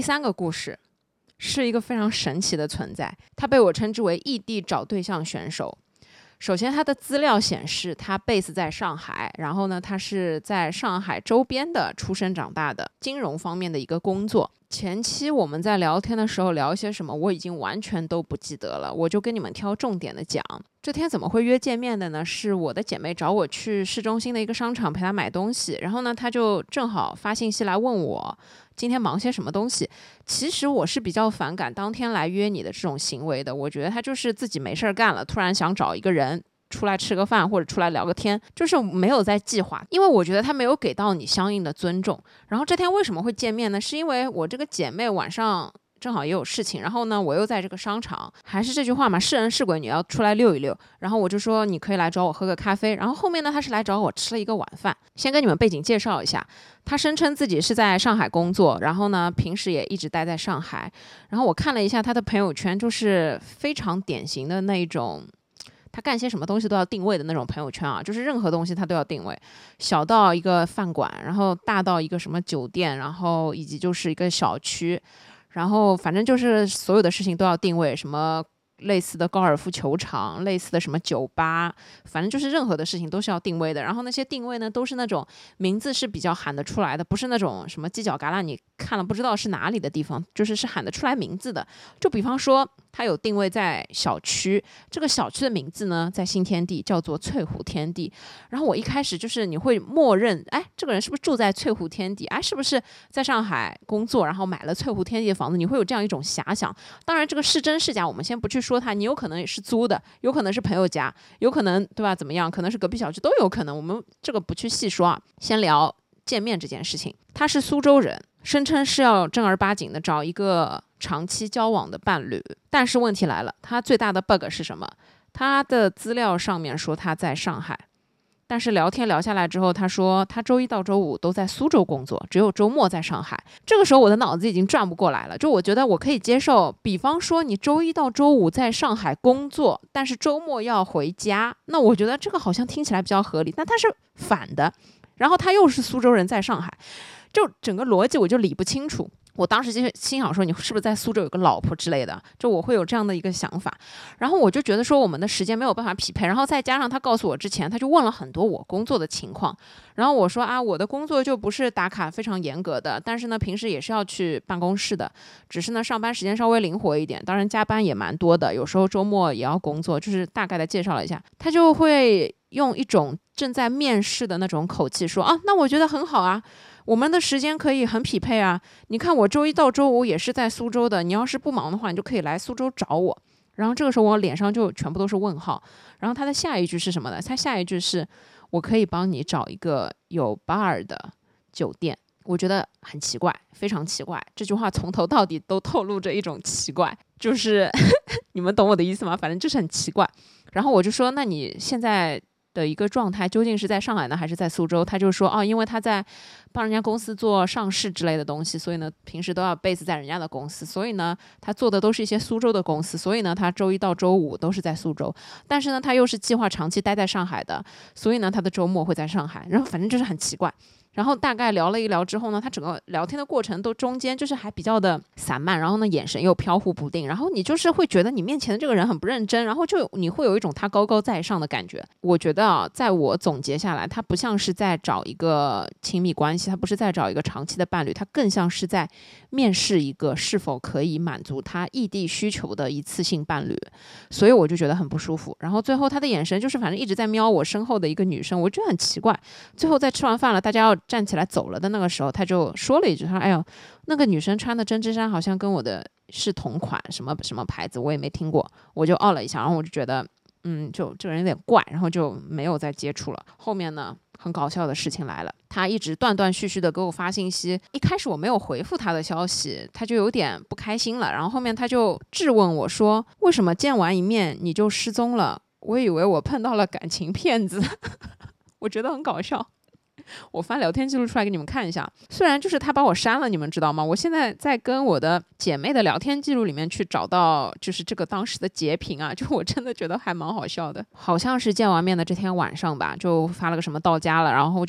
3个故事是一个非常神奇的存在，他被我称之为异地找对象选手。首先他的资料显示他 base 在上海，然后呢他是在上海周边的出生长大的，金融方面的一个工作。前期我们在聊天的时候聊一些什么我已经完全都不记得了，我就跟你们挑重点的讲。这天怎么会约见面的呢？是我的姐妹找我去市中心的一个商场陪她买东西，然后呢她就正好发信息来问我今天忙些什么东西。其实我是比较反感当天来约你的这种行为的，我觉得他就是自己没事干了，突然想找一个人出来吃个饭或者出来聊个天，就是没有在计划，因为我觉得他没有给到你相应的尊重。然后这天为什么会见面呢？是因为我这个姐妹晚上正好也有事情，然后呢我又在这个商场，还是这句话嘛，是人是鬼你要出来溜一溜，然后我就说你可以来找我喝个咖啡。然后后面呢他是来找我吃了一个晚饭。先跟你们背景介绍一下，他声称自己是在上海工作，然后呢平时也一直待在上海。然后我看了一下他的朋友圈，就是非常典型的那种他干些什么东西都要定位的那种朋友圈啊，就是任何东西他都要定位，小到一个饭馆，然后大到一个什么酒店，然后以及就是一个小区，然后反正就是所有的事情都要定位，什么类似的高尔夫球场，类似的什么酒吧，反正就是任何的事情都是要定位的。然后那些定位呢都是那种名字是比较喊得出来的，不是那种什么犄角旮旯你看了不知道是哪里的地方，就是喊得出来名字的。就比方说它有定位在小区，这个小区的名字呢在新天地，叫做翠湖天地。然后我一开始就是你会默认，哎，这个人是不是住在翠湖天地？哎，是不是在上海工作，然后买了翠湖天地的房子？你会有这样一种遐想。当然这个是真是假我们先不去说它，你有可能也是租的，有可能是朋友家，有可能对吧？怎么样？可能是隔壁小区都有可能，我们这个不去细说啊。先聊见面这件事情。他是苏州人，声称是要正儿八经的找一个长期交往的伴侣。但是问题来了，他最大的 bug 是什么？他的资料上面说他在上海，但是聊天聊下来之后，他说他周一到周五都在苏州工作，只有周末在上海。这个时候我的脑子已经转不过来了，就我觉得我可以接受，比方说你周一到周五在上海工作，但是周末要回家，那我觉得这个好像听起来比较合理。但他是反的，然后他又是苏州人在上海，就整个逻辑我就理不清楚。我当时就心想说，你是不是在苏州有个老婆之类的？就我会有这样的一个想法。然后我就觉得说我们的时间没有办法匹配，然后再加上他告诉我之前，他就问了很多我工作的情况。然后我说啊，我的工作就不是打卡非常严格的，但是呢平时也是要去办公室的，只是呢上班时间稍微灵活一点，当然加班也蛮多的，有时候周末也要工作，就是大概的介绍了一下。他就会用一种正在面试的那种口气说啊，那我觉得很好啊，我们的时间可以很匹配啊，你看我周一到周五也是在苏州的，你要是不忙的话你就可以来苏州找我。然后这个时候我脸上就全部都是问号。然后他的下一句是什么呢？他下一句是我可以帮你找一个有 bar 的酒店。我觉得很奇怪，非常奇怪，这句话从头到底都透露着一种奇怪，就是你们懂我的意思吗？反正就是很奇怪。然后我就说那你现在的一个状态究竟是在上海呢还是在苏州？他就说哦，因为他在帮人家公司做上市之类的东西，所以呢平时都要 base 在人家的公司，所以呢他做的都是一些苏州的公司，所以呢他周一到周五都是在苏州，但是呢他又是计划长期待在上海的，所以呢他的周末会在上海。然后反正就是很奇怪。然后大概聊了一聊之后呢，他整个聊天的过程都中间就是还比较的散漫，然后呢眼神又飘忽不定，然后你就是会觉得你面前的这个人很不认真，然后就你会有一种他高高在上的感觉。我觉得啊，在我总结下来，他不像是在找一个亲密关系，他不是在找一个长期的伴侣，他更像是在面试一个是否可以满足他异地需求的一次性伴侣。所以我就觉得很不舒服。然后最后他的眼神就是反正一直在瞄我身后的一个女生，我觉得很奇怪。最后在吃完饭了，大家要站起来走了的那个时候，他就说了一句，他说哎呦，那个女生穿的针织衫好像跟我的是同款，什么什么牌子我也没听过。我就哦了一下，然后我就觉得就这个人有点怪，然后就没有再接触了。后面呢很搞笑的事情来了，他一直断断续续的给我发信息，一开始我没有回复他的消息，他就有点不开心了，然后后面他就质问我说为什么见完一面你就失踪了，我以为我碰到了感情骗子我觉得很搞笑。我翻聊天记录出来给你们看一下，虽然就是他把我删了，你们知道吗？我现在在跟我的姐妹的聊天记录里面去找到就是这个当时的截屏啊，就我真的觉得还蛮好笑的。好像是见完面的这天晚上吧，就发了个什么到家了，然后就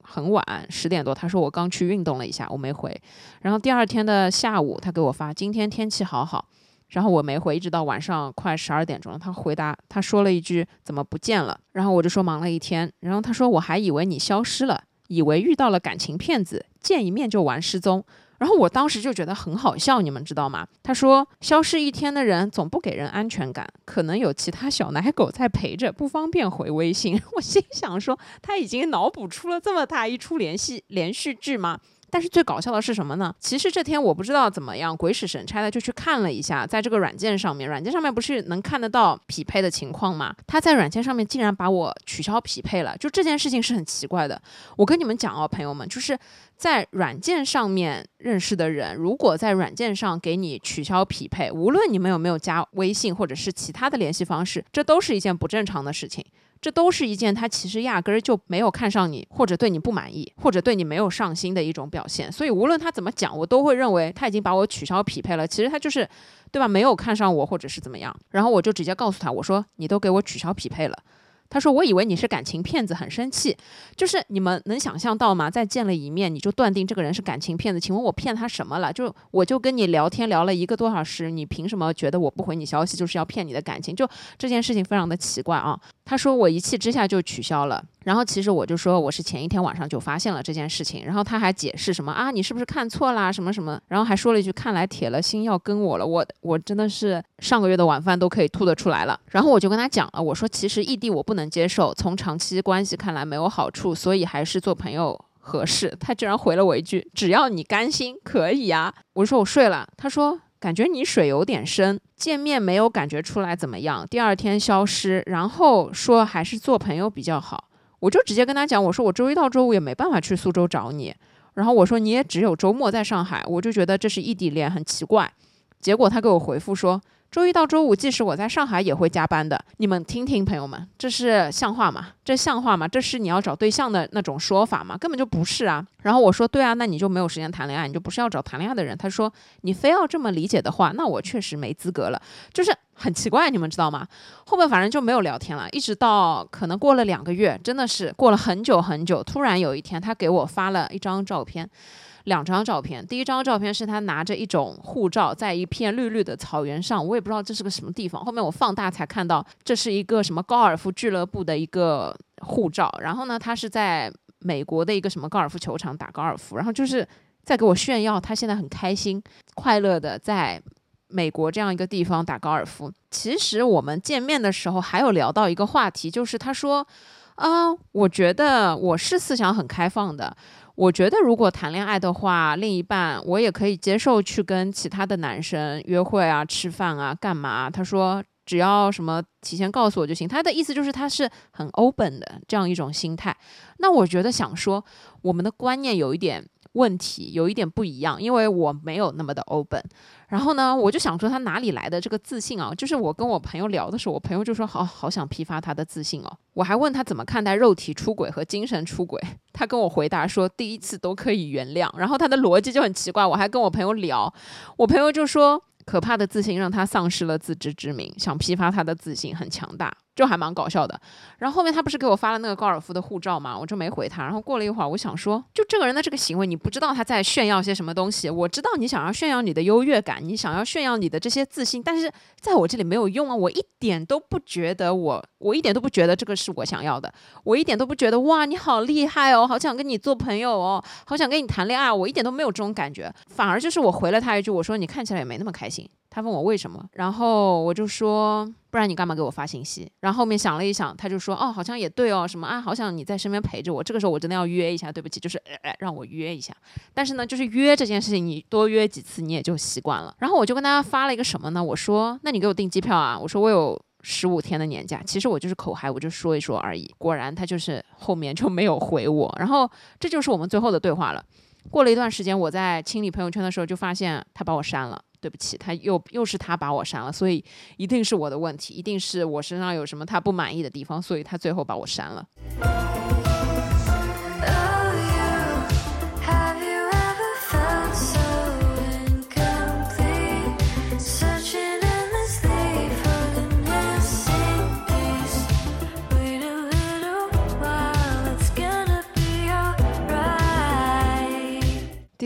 很晚10点多，他说我刚去运动了一下，我没回。然后第二天的下午他给我发今天天气好好，然后我没回，一直到晚上快12点钟，他说了一句怎么不见了，然后我就说忙了一天，然后他说我还以为你消失了，以为遇到了感情骗子，见一面就玩失踪。然后我当时就觉得很好笑，你们知道吗？他说消失一天的人总不给人安全感，可能有其他小奶狗在陪着，不方便回微信。我心想说他已经脑补出了这么大一出连续剧吗？但是最搞笑的是什么呢？其实这天我不知道怎么样，鬼使神差的就去看了一下，在这个软件上面不是能看得到匹配的情况吗？他在软件上面竟然把我取消匹配了，就这件事情是很奇怪的。我跟你们讲哦，朋友们，就是在软件上面认识的人，如果在软件上给你取消匹配，无论你们有没有加微信或者是其他的联系方式，这都是一件不正常的事情。这都是一件他其实压根儿就没有看上你，或者对你不满意，或者对你没有上心的一种表现。所以无论他怎么讲，我都会认为他已经把我取消匹配了，其实他就是对吧，没有看上我或者是怎么样。然后我就直接告诉他，我说你都给我取消匹配了。他说我以为你是感情骗子，很生气。就是你们能想象到吗？再见了一面你就断定这个人是感情骗子，请问我骗他什么了？我就跟你聊天聊了1个多小时，你凭什么觉得我不回你消息就是要骗你的感情？就这件事情非常的奇怪啊。他说我一气之下就取消了，然后其实我就说我是前一天晚上就发现了这件事情，然后他还解释什么啊你是不是看错啦什么什么，然后还说了一句看来铁了心要跟我了。我真的是上个月的晚饭都可以吐得出来了。然后我就跟他讲了，我说其实异地我不能接受，从长期关系看来没有好处，所以还是做朋友合适。他居然回了我一句只要你甘心可以啊。我说我睡了，他说感觉你水有点深，见面没有感觉出来怎么样，第二天消失，然后说还是做朋友比较好。我就直接跟他讲，我说我周一到周五也没办法去苏州找你，然后我说你也只有周末在上海，我就觉得这是异地恋，很奇怪。结果他给我回复说周一到周五即使我在上海也会加班的。你们听听朋友们，这是像话吗？这像话吗？这是你要找对象的那种说法吗？根本就不是啊。然后我说对啊，那你就没有时间谈恋爱，你就不是要找谈恋爱的人。他说你非要这么理解的话，那我确实没资格了。就是很奇怪，你们知道吗？后面反正就没有聊天了，一直到可能过了2个月，真的是过了很久很久，突然有一天他给我发了一张照片，2张照片。第一张照片是他拿着一种护照在一片绿绿的草原上，我也不知道这是个什么地方，后面我放大才看到这是一个什么高尔夫俱乐部的一个护照。然后呢他是在美国的一个什么高尔夫球场打高尔夫，然后就是在给我炫耀他现在很开心快乐的在美国这样一个地方打高尔夫。其实我们见面的时候还有聊到一个话题，就是他说我觉得我是思想很开放的，我觉得如果谈恋爱的话，另一半我也可以接受去跟其他的男生约会啊、吃饭啊、干嘛。他说只要什么提前告诉我就行。他的意思就是他是很 open 的这样一种心态。那我觉得想说我们的观念有一点问题，有一点不一样，因为我没有那么的 open。然后呢我就想说他哪里来的这个自信啊？就是我跟我朋友聊的时候，我朋友就说好想批发他的自信哦。我还问他怎么看待肉体出轨和精神出轨，他跟我回答说第一次都可以原谅。然后他的逻辑就很奇怪，我还跟我朋友聊，我朋友就说可怕的自信让他丧失了自知之明，想批发他的自信很强大，就还蛮搞笑的。然后后面他不是给我发了那个高尔夫的护照嘛，我就没回他。然后过了一会儿，我想说就这个人的这个行为，你不知道他在炫耀些什么东西。我知道你想要炫耀你的优越感，你想要炫耀你的这些自信，但是在我这里没有用啊。我一点都不觉得我一点都不觉得这个是我想要的，我一点都不觉得哇你好厉害哦，好想跟你做朋友哦，好想跟你谈恋爱，我一点都没有这种感觉。反而就是我回了他一句，我说你看起来也没那么开心。他问我为什么，然后我就说不然你干嘛给我发信息。然后后面想了一想，他就说好像也对哦，什么好想你在身边陪着我。这个时候我真的要约一下，对不起，就是让我约一下。但是呢就是约这件事情你多约几次你也就习惯了。然后我就跟他发了一个什么呢，我说那你给我订机票啊，我说我有15天的年假。其实我就是口嗨，我就说一说而已。果然他就是后面就没有回我。然后这就是我们最后的对话了。过了一段时间，我在清理朋友圈的时候就发现他把我删了。对不起，他又是他把我删了，所以一定是我的问题，一定是我身上有什么他不满意的地方，所以他最后把我删了。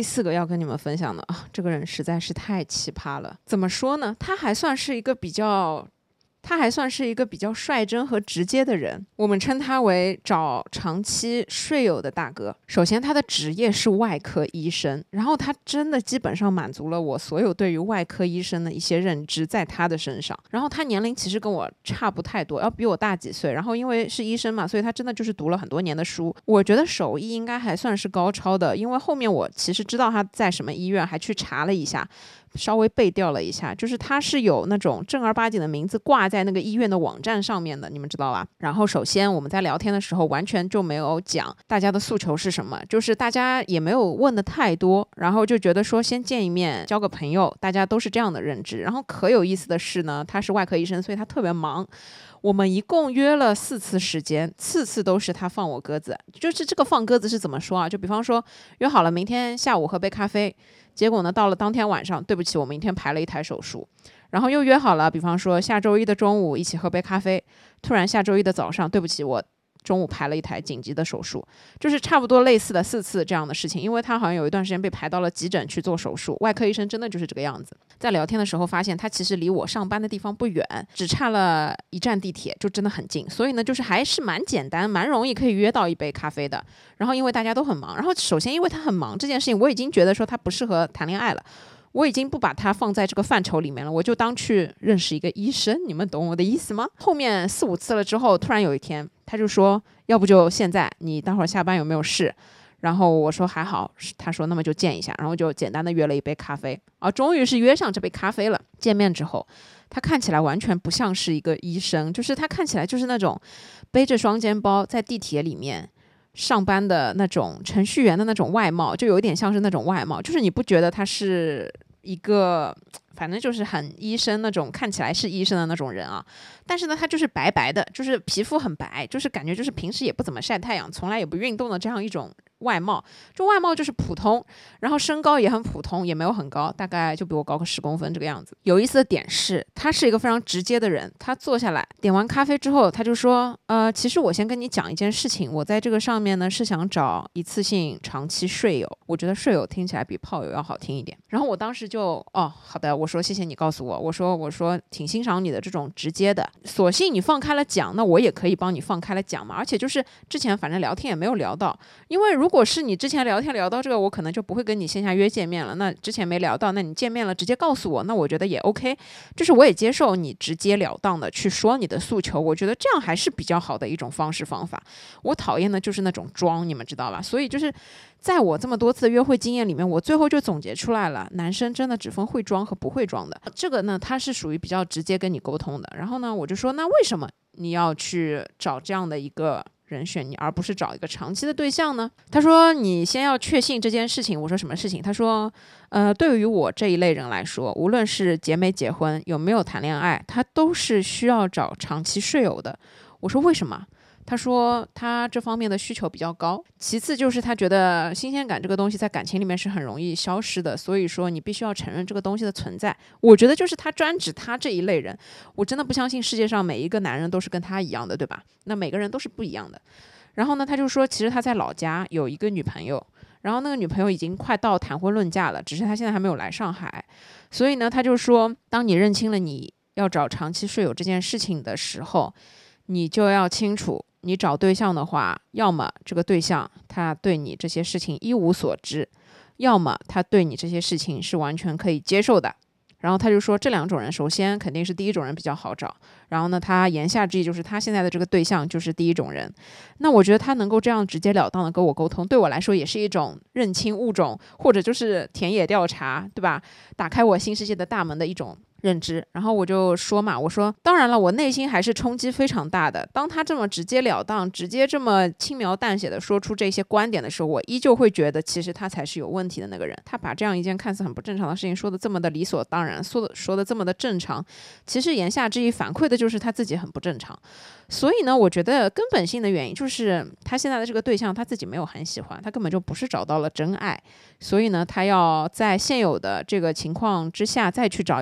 4个要跟你们分享的啊，这个人实在是太奇葩了。怎么说呢？他还算是一个比较率真和直接的人，我们称他为找长期睡友的大哥。首先他的职业是外科医生，然后他真的基本上满足了我所有对于外科医生的一些认知在他的身上。然后他年龄其实跟我差不太多，要比我大几岁，然后因为是医生嘛，所以他真的就是读了很多年的书，我觉得手艺应该还算是高超的，因为后面我其实知道他在什么医院，还去查了一下，稍微背调了一下，就是他是有那种正儿八经的名字挂在那个医院的网站上面的，你们知道吧？然后首先我们在聊天的时候完全就没有讲大家的诉求是什么，就是大家也没有问的太多，然后就觉得说先见一面交个朋友，大家都是这样的认知。然后可有意思的是呢，他是外科医生，所以他特别忙，我们一共约了4次时间，次次都是他放我鸽子。就是这个放鸽子是怎么说啊？就比方说约好了明天下午喝杯咖啡，结果呢到了当天晚上，对不起，我明天排了一台手术。然后又约好了，比方说下周一的中午一起喝杯咖啡，突然下周一的早上，对不起，我中午排了一台紧急的手术。就是差不多类似的4次这样的事情。因为他好像有一段时间被排到了急诊去做手术，外科医生真的就是这个样子。在聊天的时候发现他其实离我上班的地方不远，只差了1站地铁，就真的很近，所以呢就是还是蛮简单蛮容易可以约到一杯咖啡的。然后因为大家都很忙，然后首先因为他很忙这件事情，我已经觉得说他不适合谈恋爱了，我已经不把它放在这个范畴里面了，我就当去认识一个医生，你们懂我的意思吗？后面4、5次了之后，突然有一天他就说要不就现在，你待会儿下班有没有事？然后我说还好，他说那么就见一下，然后就简单的约了一杯咖啡，终于是约上这杯咖啡了。见面之后他看起来完全不像是一个医生，就是他看起来就是那种背着双肩包在地铁里面上班的那种程序员的那种外貌，就有一点像是那种外貌，就是你不觉得他是一个反正就是很医生那种，看起来是医生的那种人啊，但是呢他就是白白的，就是皮肤很白，就是感觉就是平时也不怎么晒太阳，从来也不运动的这样一种外貌。就外貌就是普通，然后身高也很普通，也没有很高，大概就比我高个10公分这个样子。有意思的点是他是一个非常直接的人，他坐下来点完咖啡之后他就说其实我先跟你讲一件事情，我在这个上面呢是想找一次性长期睡友，我觉得睡友听起来比炮友要好听一点。然后我当时就好的，我说谢谢你告诉我，我说挺欣赏你的这种直接的，索性你放开了讲，那我也可以帮你放开了讲嘛。而且就是之前反正聊天也没有聊到，因为如果是你之前聊天聊到这个，我可能就不会跟你线下约见面了，那之前没聊到，那你见面了直接告诉我，那我觉得也 OK， 就是我也接受你直截了当的去说你的诉求，我觉得这样还是比较好的一种方式方法。我讨厌的就是那种装，你们知道吧？所以就是在我这么多次的约会经验里面，我最后就总结出来了，男生真的只分会装和不会装的。这个呢他是属于比较直接跟你沟通的。然后呢我就说那为什么你要去找这样的一个人选，你而不是找一个长期的对象呢？他说你先要确信这件事情。我说什么事情？他说对于我这一类人来说，无论是结没结婚有没有谈恋爱，他都是需要找长期睡友的。我说为什么？他说他这方面的需求比较高，其次就是他觉得新鲜感这个东西在感情里面是很容易消失的，所以说你必须要承认这个东西的存在。我觉得就是他专指他这一类人，我真的不相信世界上每一个男人都是跟他一样的，对吧？那每个人都是不一样的。然后呢他就说其实他在老家有一个女朋友，然后那个女朋友已经快到谈婚论嫁了，只是他现在还没有来上海。所以呢他就说当你认清了你要找长期睡友这件事情的时候，你就要清楚你找对象的话，要么这个对象他对你这些事情一无所知，要么他对你这些事情是完全可以接受的。然后他就说这2种人首先肯定是第一种人比较好找，然后呢他言下之意就是他现在的这个对象就是第一种人。那我觉得他能够这样直截了当的跟我沟通，对我来说也是一种认清物种，或者就是田野调查，对吧？打开我新世界的大门的一种认知。然后我就说嘛，我说当然了，我内心还是冲击非常大的。当他这么直截了当，直接这么轻描淡写的说出这些观点的时候，我依旧会觉得其实他才是有问题的那个人。他把这样一件看似很不正常的事情说的这么的理所当然，说的这么的正常，其实言下之意反馈的就是他自己很不正常。所以呢我觉得根本性的原因就是他现在的这个对象他自己没有很喜欢，他根本就不是找到了真爱，所以呢他要在现有的这个情况之下再去找一个可以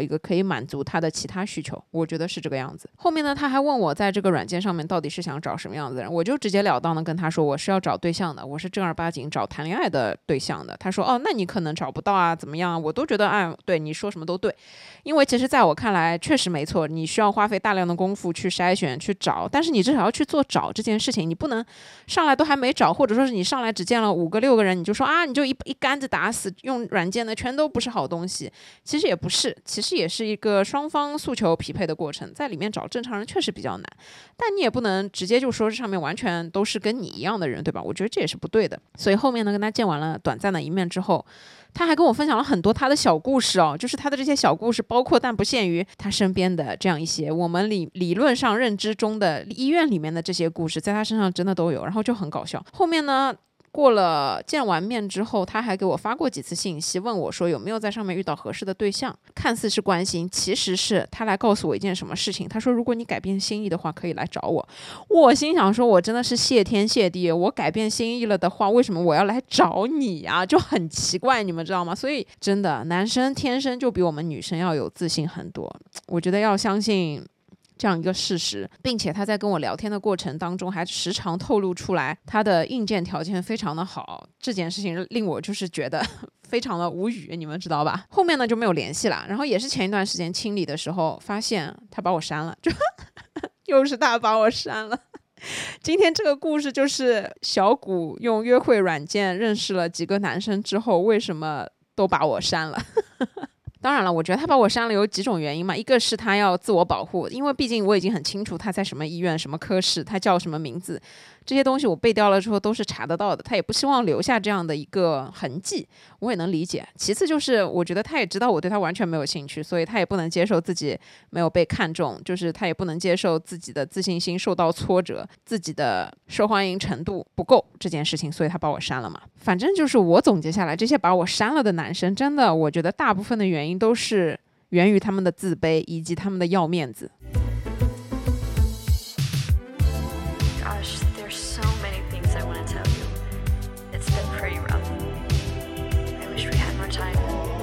满足他的其他需求，我觉得是这个样子。后面呢，他还问我在这个软件上面到底是想找什么样子的人，我就直截了当的跟他说我是要找对象的，我是正儿八经找谈恋爱的对象的。他说哦，那你可能找不到啊，怎么样啊？我都觉得对，你说什么都对，因为其实在我看来确实没错，你需要花费大量的功夫去筛选去找，但是你至少要去做找这件事情，你不能上来都还没找，或者说是你上来只见了5个6个人，你就说你就一竿子打死，用软件的全都不是好东西。其实也不是，其实也是一个双方诉求匹配的过程，在里面找正常人确实比较难，但你也不能直接就说这上面完全都是跟你一样的人，对吧？我觉得这也是不对的。所以后面呢，跟他见完了短暂的一面之后，他还跟我分享了很多他的小故事哦，就是他的这些小故事包括但不限于他身边的这样一些我们理论上认知中的医院里面的这些故事，在他身上真的都有，然后就很搞笑。后面呢，过了见完面之后，他还给我发过几次信息，问我说有没有在上面遇到合适的对象，看似是关心，其实是他来告诉我一件什么事情。他说如果你改变心意的话可以来找我。我心想说我真的是谢天谢地，我改变心意了的话为什么我要来找你啊，就很奇怪，你们知道吗？所以真的男生天生就比我们女生要有自信很多，我觉得要相信这样一个事实，并且他在跟我聊天的过程当中还时常透露出来他的硬件条件非常的好，这件事情令我就是觉得非常的无语，你们知道吧？后面呢就没有联系了，然后也是前一段时间清理的时候发现他把我删了，就又是他把我删了。今天这个故事就是小谷用约会软件认识了几个男生之后为什么都把我删了。当然了，我觉得他把我删了有几种原因嘛，一个是他要自我保护，因为毕竟我已经很清楚他在什么医院什么科室，他叫什么名字，这些东西我背掉了之后都是查得到的，他也不希望留下这样的一个痕迹，我也能理解。其次就是我觉得他也知道我对他完全没有兴趣，所以他也不能接受自己没有被看中，就是他也不能接受自己的自信心受到挫折，自己的受欢迎程度不够这件事情，所以他把我删了嘛。反正就是我总结下来，这些把我删了的男生，真的我觉得大部分的原因都是源于他们的自卑以及他们的要面子。 Gosh, there's so many things I want to tell you. It's been pretty rough. I wish we had more time.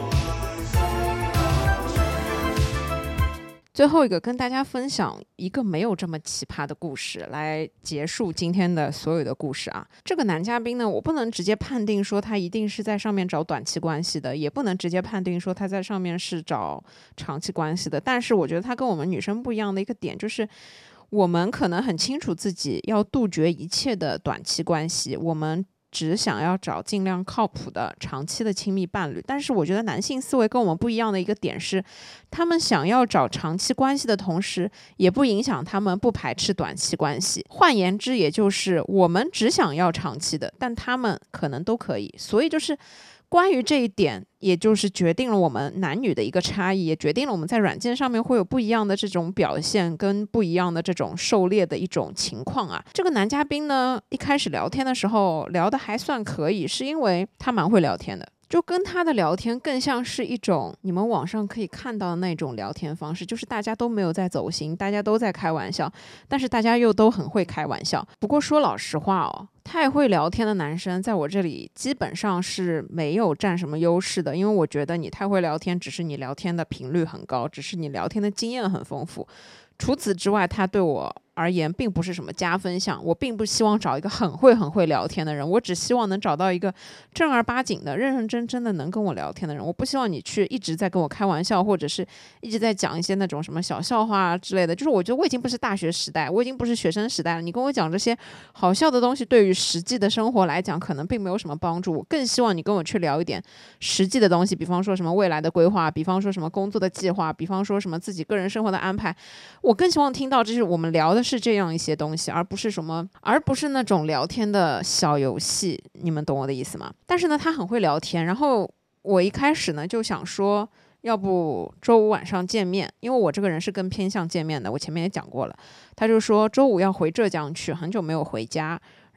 最后一个跟大家分享一个没有这么奇葩的故事，来结束今天的所有的故事啊。这个男嘉宾呢，我不能直接判定说他一定是在上面找短期关系的，也不能直接判定说他在上面是找长期关系的，但是我觉得他跟我们女生不一样的一个点就是，我们可能很清楚自己要杜绝一切的短期关系，我们只想要找尽量靠谱的长期的亲密伴侣。但是我觉得男性思维跟我们不一样的一个点是，他们想要找长期关系的同时，也不影响他们不排斥短期关系。换言之，也就是我们只想要长期的，但他们可能都可以。所以就是关于这一点，也就是决定了我们男女的一个差异，也决定了我们在软件上面会有不一样的这种表现，跟不一样的这种狩猎的一种情况啊。这个男嘉宾呢，一开始聊天的时候聊得还算可以，是因为他蛮会聊天的。就跟他的聊天更像是一种你们网上可以看到的那种聊天方式，就是大家都没有在走心，大家都在开玩笑，但是大家又都很会开玩笑。不过说老实话哦，太会聊天的男生在我这里基本上是没有占什么优势的，因为我觉得你太会聊天只是你聊天的频率很高，只是你聊天的经验很丰富，除此之外他对我而言并不是什么加分项。我并不希望找一个很会聊天的人，我只希望能找到一个正儿八经的认认真真的能跟我聊天的人。我不希望你去一直在跟我开玩笑，或者是一直在讲一些那种什么小笑话啊之类的。就是我觉得我已经不是大学时代，我已经不是学生时代了，你跟我讲这些好笑的东西对于实际的生活来讲可能并没有什么帮助。我更希望你跟我去聊一点实际的东西，比方说什么未来的规划，比方说什么工作的计划，比方说什么自己个人生活的安排。我更希望听到就是我们聊的是这样一些东西，而不是那种聊天的小游戏，你们懂我的意思吗？但是呢他很会聊天，然后我一开始呢就想说要不周五晚上见面，因为我这个人是更偏向见面的，我前面也讲过了。他就说周五要回浙江去，很久没有回家，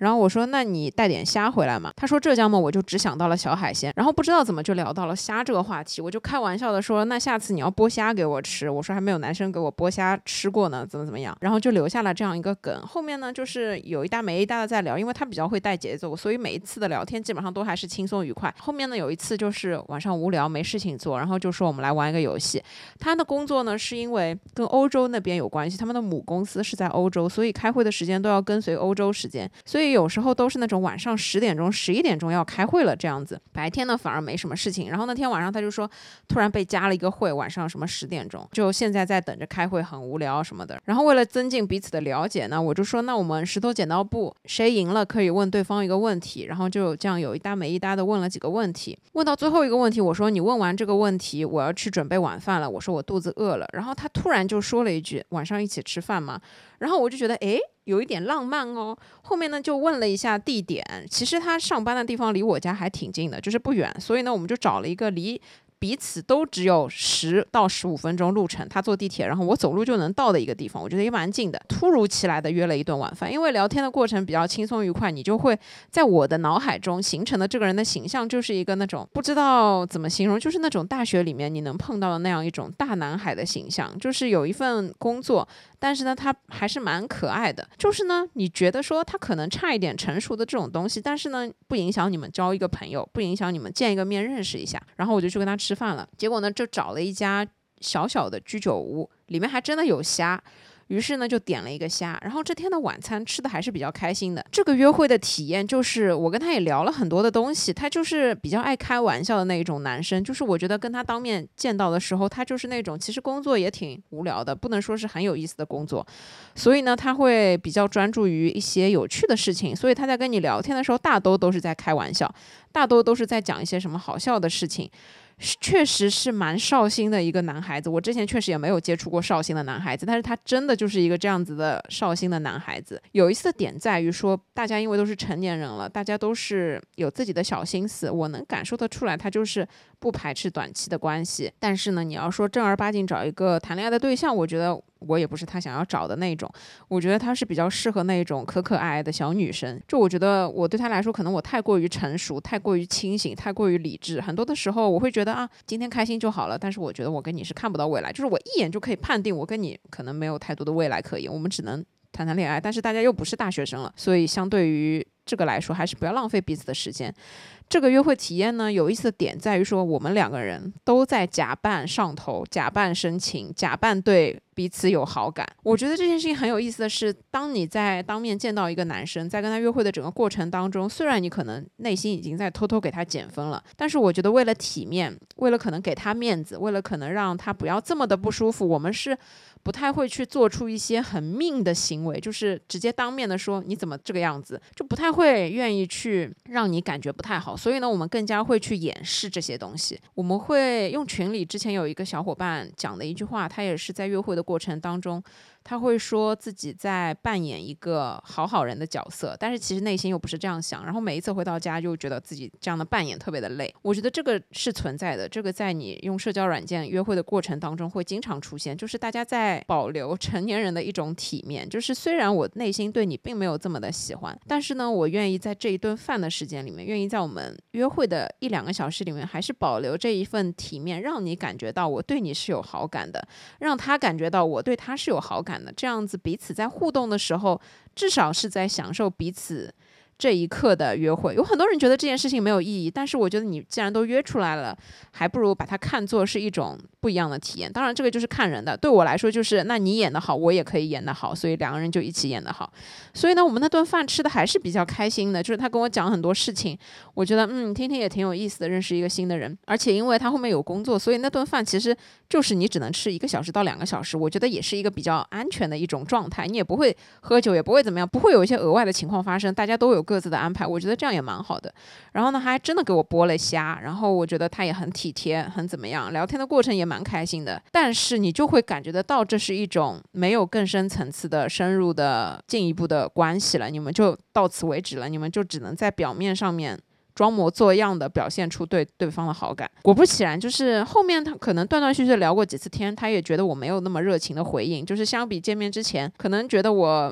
然后我说那你带点虾回来嘛，他说浙江嘛，我就只想到了小海鲜，然后不知道怎么就聊到了虾这个话题，我就开玩笑的说那下次你要剥虾给我吃，我说还没有男生给我剥虾吃过呢，怎么样，然后就留下了这样一个梗。后面呢就是有一搭没一搭的在聊，因为他比较会带节奏，所以每一次的聊天基本上都还是轻松愉快。后面呢有一次就是晚上无聊没事情做，然后就说我们来玩一个游戏。他的工作呢是因为跟欧洲那边有关系，他们的母公司是在欧洲，所以开会的时间都要跟随欧洲时间，所以有时候都是那种晚上10点钟11点钟要开会了这样子，白天呢反而没什么事情。然后那天晚上他就说突然被加了一个会，晚上什么10点钟，就现在在等着开会，很无聊什么的。然后为了增进彼此的了解呢，我就说那我们石头剪刀布，谁赢了可以问对方一个问题，然后就这样有一搭没一搭的问了几个问题。问到最后一个问题，我说你问完这个问题我要去准备晚饭了，我说我肚子饿了。然后他突然就说了一句晚上一起吃饭吗？然后我就觉得诶有一点浪漫哦。后面呢就问了一下地点，其实他上班的地方离我家还挺近的，就是不远，所以呢我们就找了一个离彼此都只有10到15分钟路程，他坐地铁然后我走路就能到的一个地方，我觉得也蛮近的。突如其来的约了一顿晚饭，因为聊天的过程比较轻松愉快，你就会在我的脑海中形成的这个人的形象就是一个那种不知道怎么形容，就是那种大学里面你能碰到的那样一种大男孩的形象，就是有一份工作，但是呢他还是蛮可爱的，就是呢你觉得说他可能差一点成熟的这种东西，但是呢不影响你们交一个朋友，不影响你们见一个面认识一下。然后我就去跟他吃饭了，结果呢就找了一家小小的居酒屋，里面还真的有虾，于是呢就点了一个虾。然后这天的晚餐吃的还是比较开心的。这个约会的体验就是我跟他也聊了很多的东西，他就是比较爱开玩笑的那一种男生，就是我觉得跟他当面见到的时候，他就是那种其实工作也挺无聊的，不能说是很有意思的工作，所以呢他会比较专注于一些有趣的事情，所以他在跟你聊天的时候大多都是在开玩笑，大多都是在讲一些什么好笑的事情，确实是蛮绍兴的一个男孩子。我之前确实也没有接触过绍兴的男孩子，但是他真的就是一个这样子的绍兴的男孩子。有意思的点在于说大家因为都是成年人了，大家都是有自己的小心思，我能感受得出来他就是不排斥短期的关系。但是呢你要说正儿八经找一个谈恋爱的对象，我觉得我也不是他想要找的那种，我觉得他是比较适合那种可可爱爱的小女生。就我觉得我对他来说可能我太过于成熟，太过于清醒，太过于理智，很多的时候我会觉得啊今天开心就好了，但是我觉得我跟你是看不到未来，就是我一眼就可以判定我跟你可能没有太多的未来可言，我们只能谈谈恋爱，但是大家又不是大学生了，所以相对于这个来说还是不要浪费彼此的时间。这个约会体验呢有意思的点在于说我们两个人都在假扮上头，假扮深情，假扮对彼此有好感。我觉得这件事情很有意思的是，当你在当面见到一个男生，在跟他约会的整个过程当中，虽然你可能内心已经在偷偷给他减分了，但是我觉得为了体面，为了可能给他面子，为了可能让他不要这么的不舒服，我们是不太会去做出一些很命的行为，就是直接当面的说你怎么这个样子，就不太会愿意去让你感觉不太好。所以呢我们更加会去掩饰这些东西。我们会用群里之前有一个小伙伴讲的一句话，他也是在约会的过程当中，他会说自己在扮演一个好人的角色，但是其实内心又不是这样想，然后每一次回到家就觉得自己这样的扮演特别的累。我觉得这个是存在的，这个在你用社交软件约会的过程当中会经常出现，就是大家在保留成年人的一种体面，就是虽然我内心对你并没有这么的喜欢，但是呢我愿意在这一顿饭的时间里面，愿意在我们约会的1-2个小时里面还是保留这一份体面，让你感觉到我对你是有好感的，让他感觉到我对他是有好感的，这样子彼此在互动的时候至少是在享受彼此这一刻的约会。有很多人觉得这件事情没有意义，但是我觉得你既然都约出来了，还不如把它看作是一种不一样的体验。当然这个就是看人的，对我来说就是那你演得好我也可以演得好，所以两个人就一起演得好。所以呢我们那顿饭吃的还是比较开心的，就是他跟我讲很多事情，我觉得听听也挺有意思的，认识一个新的人。而且因为他后面有工作，所以那顿饭其实就是你只能吃1个小时到2个小时，我觉得也是一个比较安全的一种状态，你也不会喝酒，也不会怎么样，不会有一些额外的情况发生，大家都有各自的安排，我觉得这样也蛮好的。然后呢还真的给我剥了虾，然后我觉得他也很体贴，很怎么样，聊天的过程也蛮开心的。但是你就会感觉得到这是一种没有更深层次的深入的进一步的关系了，你们就到此为止了，你们就只能在表面上面装模作样的表现出对对方的好感。果不其然，就是后面他可能断断续续聊过几次天，他也觉得我没有那么热情的回应，就是相比见面之前可能觉得我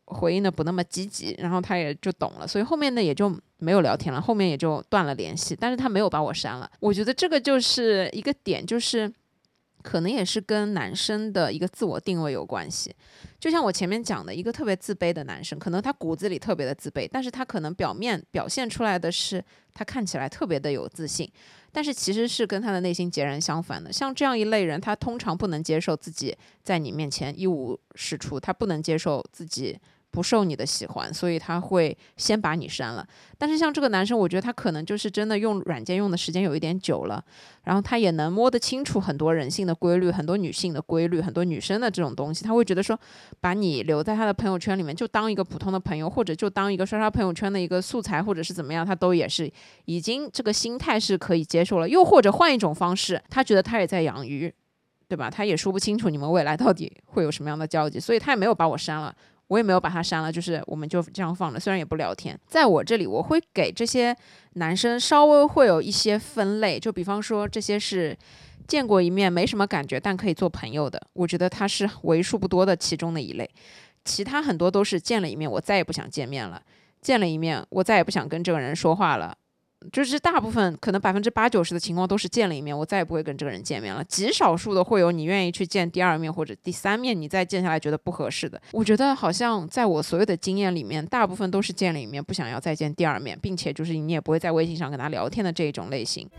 回应的不那么积极，然后他也就懂了，所以后面呢也就没有聊天了，后面也就断了联系，但是他没有把我删了。我觉得这个就是一个点，就是可能也是跟男生的一个自我定位有关系。就像我前面讲的，一个特别自卑的男生，可能他骨子里特别的自卑，但是他可能表面表现出来的是他看起来特别的有自信，但是其实是跟他的内心截然相反的。像这样一类人，他通常不能接受自己在你面前一无是处，他不能接受自己不受你的喜欢，所以他会先把你删了。但是像这个男生，我觉得他可能就是真的用软件用的时间有一点久了，然后他也能摸得清楚很多人性的规律，很多女性的规律，很多女生的这种东西，他会觉得说把你留在他的朋友圈里面，就当一个普通的朋友，或者就当一个刷刷朋友圈的一个素材，或者是怎么样，他都也是已经这个心态是可以接受了。又或者换一种方式，他觉得他也在养鱼，对吧？他也说不清楚你们未来到底会有什么样的交集，所以他也没有把我删了，我也没有把他删了，就是我们就这样放了，虽然也不聊天。在我这里，我会给这些男生稍微会有一些分类，就比方说这些是见过一面没什么感觉但可以做朋友的，我觉得他是为数不多的其中的一类。其他很多都是见了一面我再也不想见面了，见了一面我再也不想跟这个人说话了，就是大部分可能80%-90%的情况都是见了一面我再也不会跟这个人见面了，极少数的会有你愿意去见第二面或者第三面，你再见下来觉得不合适的。我觉得好像在我所有的经验里面，大部分都是见了一面不想要再见第二面，并且就是你也不会在微信上跟他聊天的这一种类型。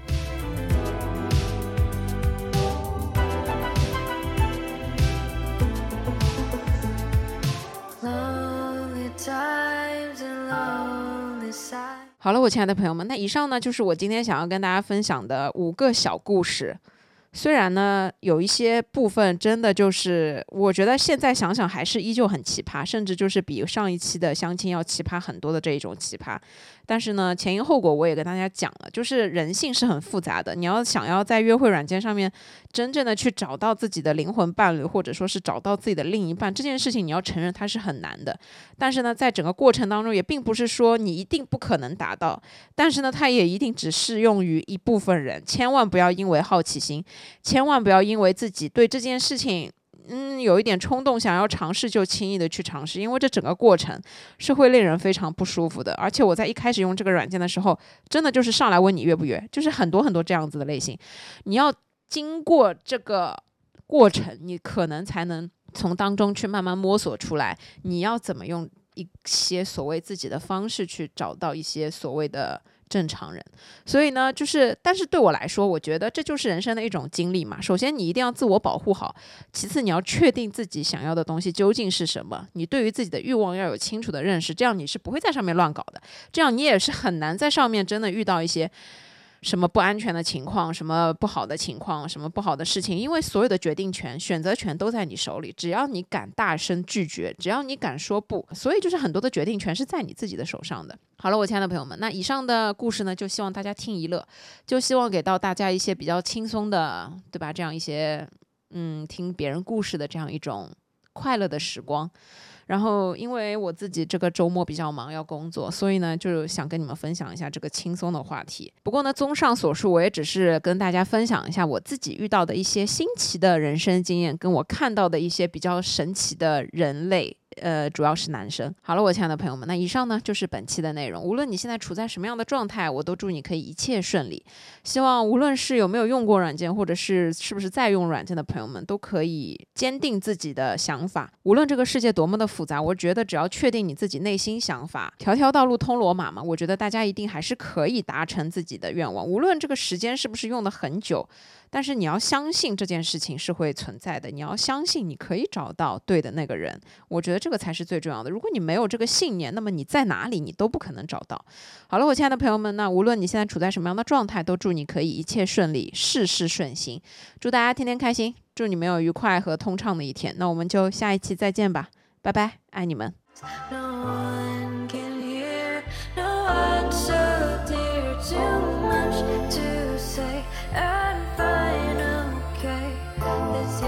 好了，我亲爱的朋友们，那以上呢就是我今天想要跟大家分享的5个小故事。虽然呢有一些部分真的就是我觉得现在想想还是依旧很奇葩，甚至就是比上一期的相亲要奇葩很多的这一种奇葩，但是呢前因后果我也跟大家讲了，就是人性是很复杂的，你要想要在约会软件上面真正的去找到自己的灵魂伴侣，或者说是找到自己的另一半，这件事情你要承认它是很难的。但是呢在整个过程当中也并不是说你一定不可能达到，但是呢它也一定只适用于一部分人，千万不要因为好奇心，千万不要因为自己对这件事情有一点冲动想要尝试就轻易的去尝试，因为这整个过程是会令人非常不舒服的。而且我在一开始用这个软件的时候真的就是上来问你约不约，就是很多很多这样子的类型，你要经过这个过程你可能才能从当中去慢慢摸索出来你要怎么用一些所谓自己的方式去找到一些所谓的正常人。所以呢就是但是对我来说我觉得这就是人生的一种经历嘛。首先你一定要自我保护好，其次你要确定自己想要的东西究竟是什么，你对于自己的欲望要有清楚的认识，这样你是不会在上面乱搞的，这样你也是很难在上面真的遇到一些什么不安全的情况，什么不好的情况，什么不好的事情，因为所有的决定权选择权都在你手里，只要你敢大声拒绝，只要你敢说不，所以就是很多的决定权是在你自己的手上的。好了，我亲爱的朋友们，那以上的故事呢就希望大家听一乐，就希望给到大家一些比较轻松的，对吧，这样一些听别人故事的这样一种快乐的时光。然后因为我自己这个周末比较忙要工作，所以呢就想跟你们分享一下这个轻松的话题。不过呢综上所述，我也只是跟大家分享一下我自己遇到的一些新奇的人生经验，跟我看到的一些比较神奇的人类，主要是男生。好了，我亲爱的朋友们，那以上呢就是本期的内容。无论你现在处在什么样的状态，我都祝你可以一切顺利。希望无论是有没有用过软件，或者是不是在用软件的朋友们，都可以坚定自己的想法。无论这个世界多么的复杂，我觉得只要确定你自己内心想法，条条道路通罗马嘛，我觉得大家一定还是可以达成自己的愿望。无论这个时间是不是用的很久，但是你要相信这件事情是会存在的，你要相信你可以找到对的那个人，我觉得这个才是最重要的。如果你没有这个信念，那么你在哪里你都不可能找到。好了，我亲爱的朋友们，那无论你现在处在什么样的状态，都祝你可以一切顺利，事事顺心，祝大家天天开心，祝你们有愉快和通畅的一天。那我们就下一期再见吧，拜拜，爱你们。 No one can hear, no one so dear, too much to say. I'm fine, okay. It's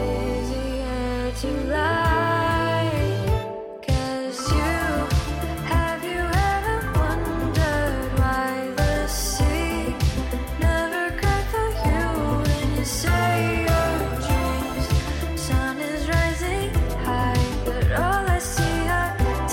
easier to lie. 'Cause have you ever wondered why the sea never cried for you when you say your dreams? Sun is rising high, but all I see are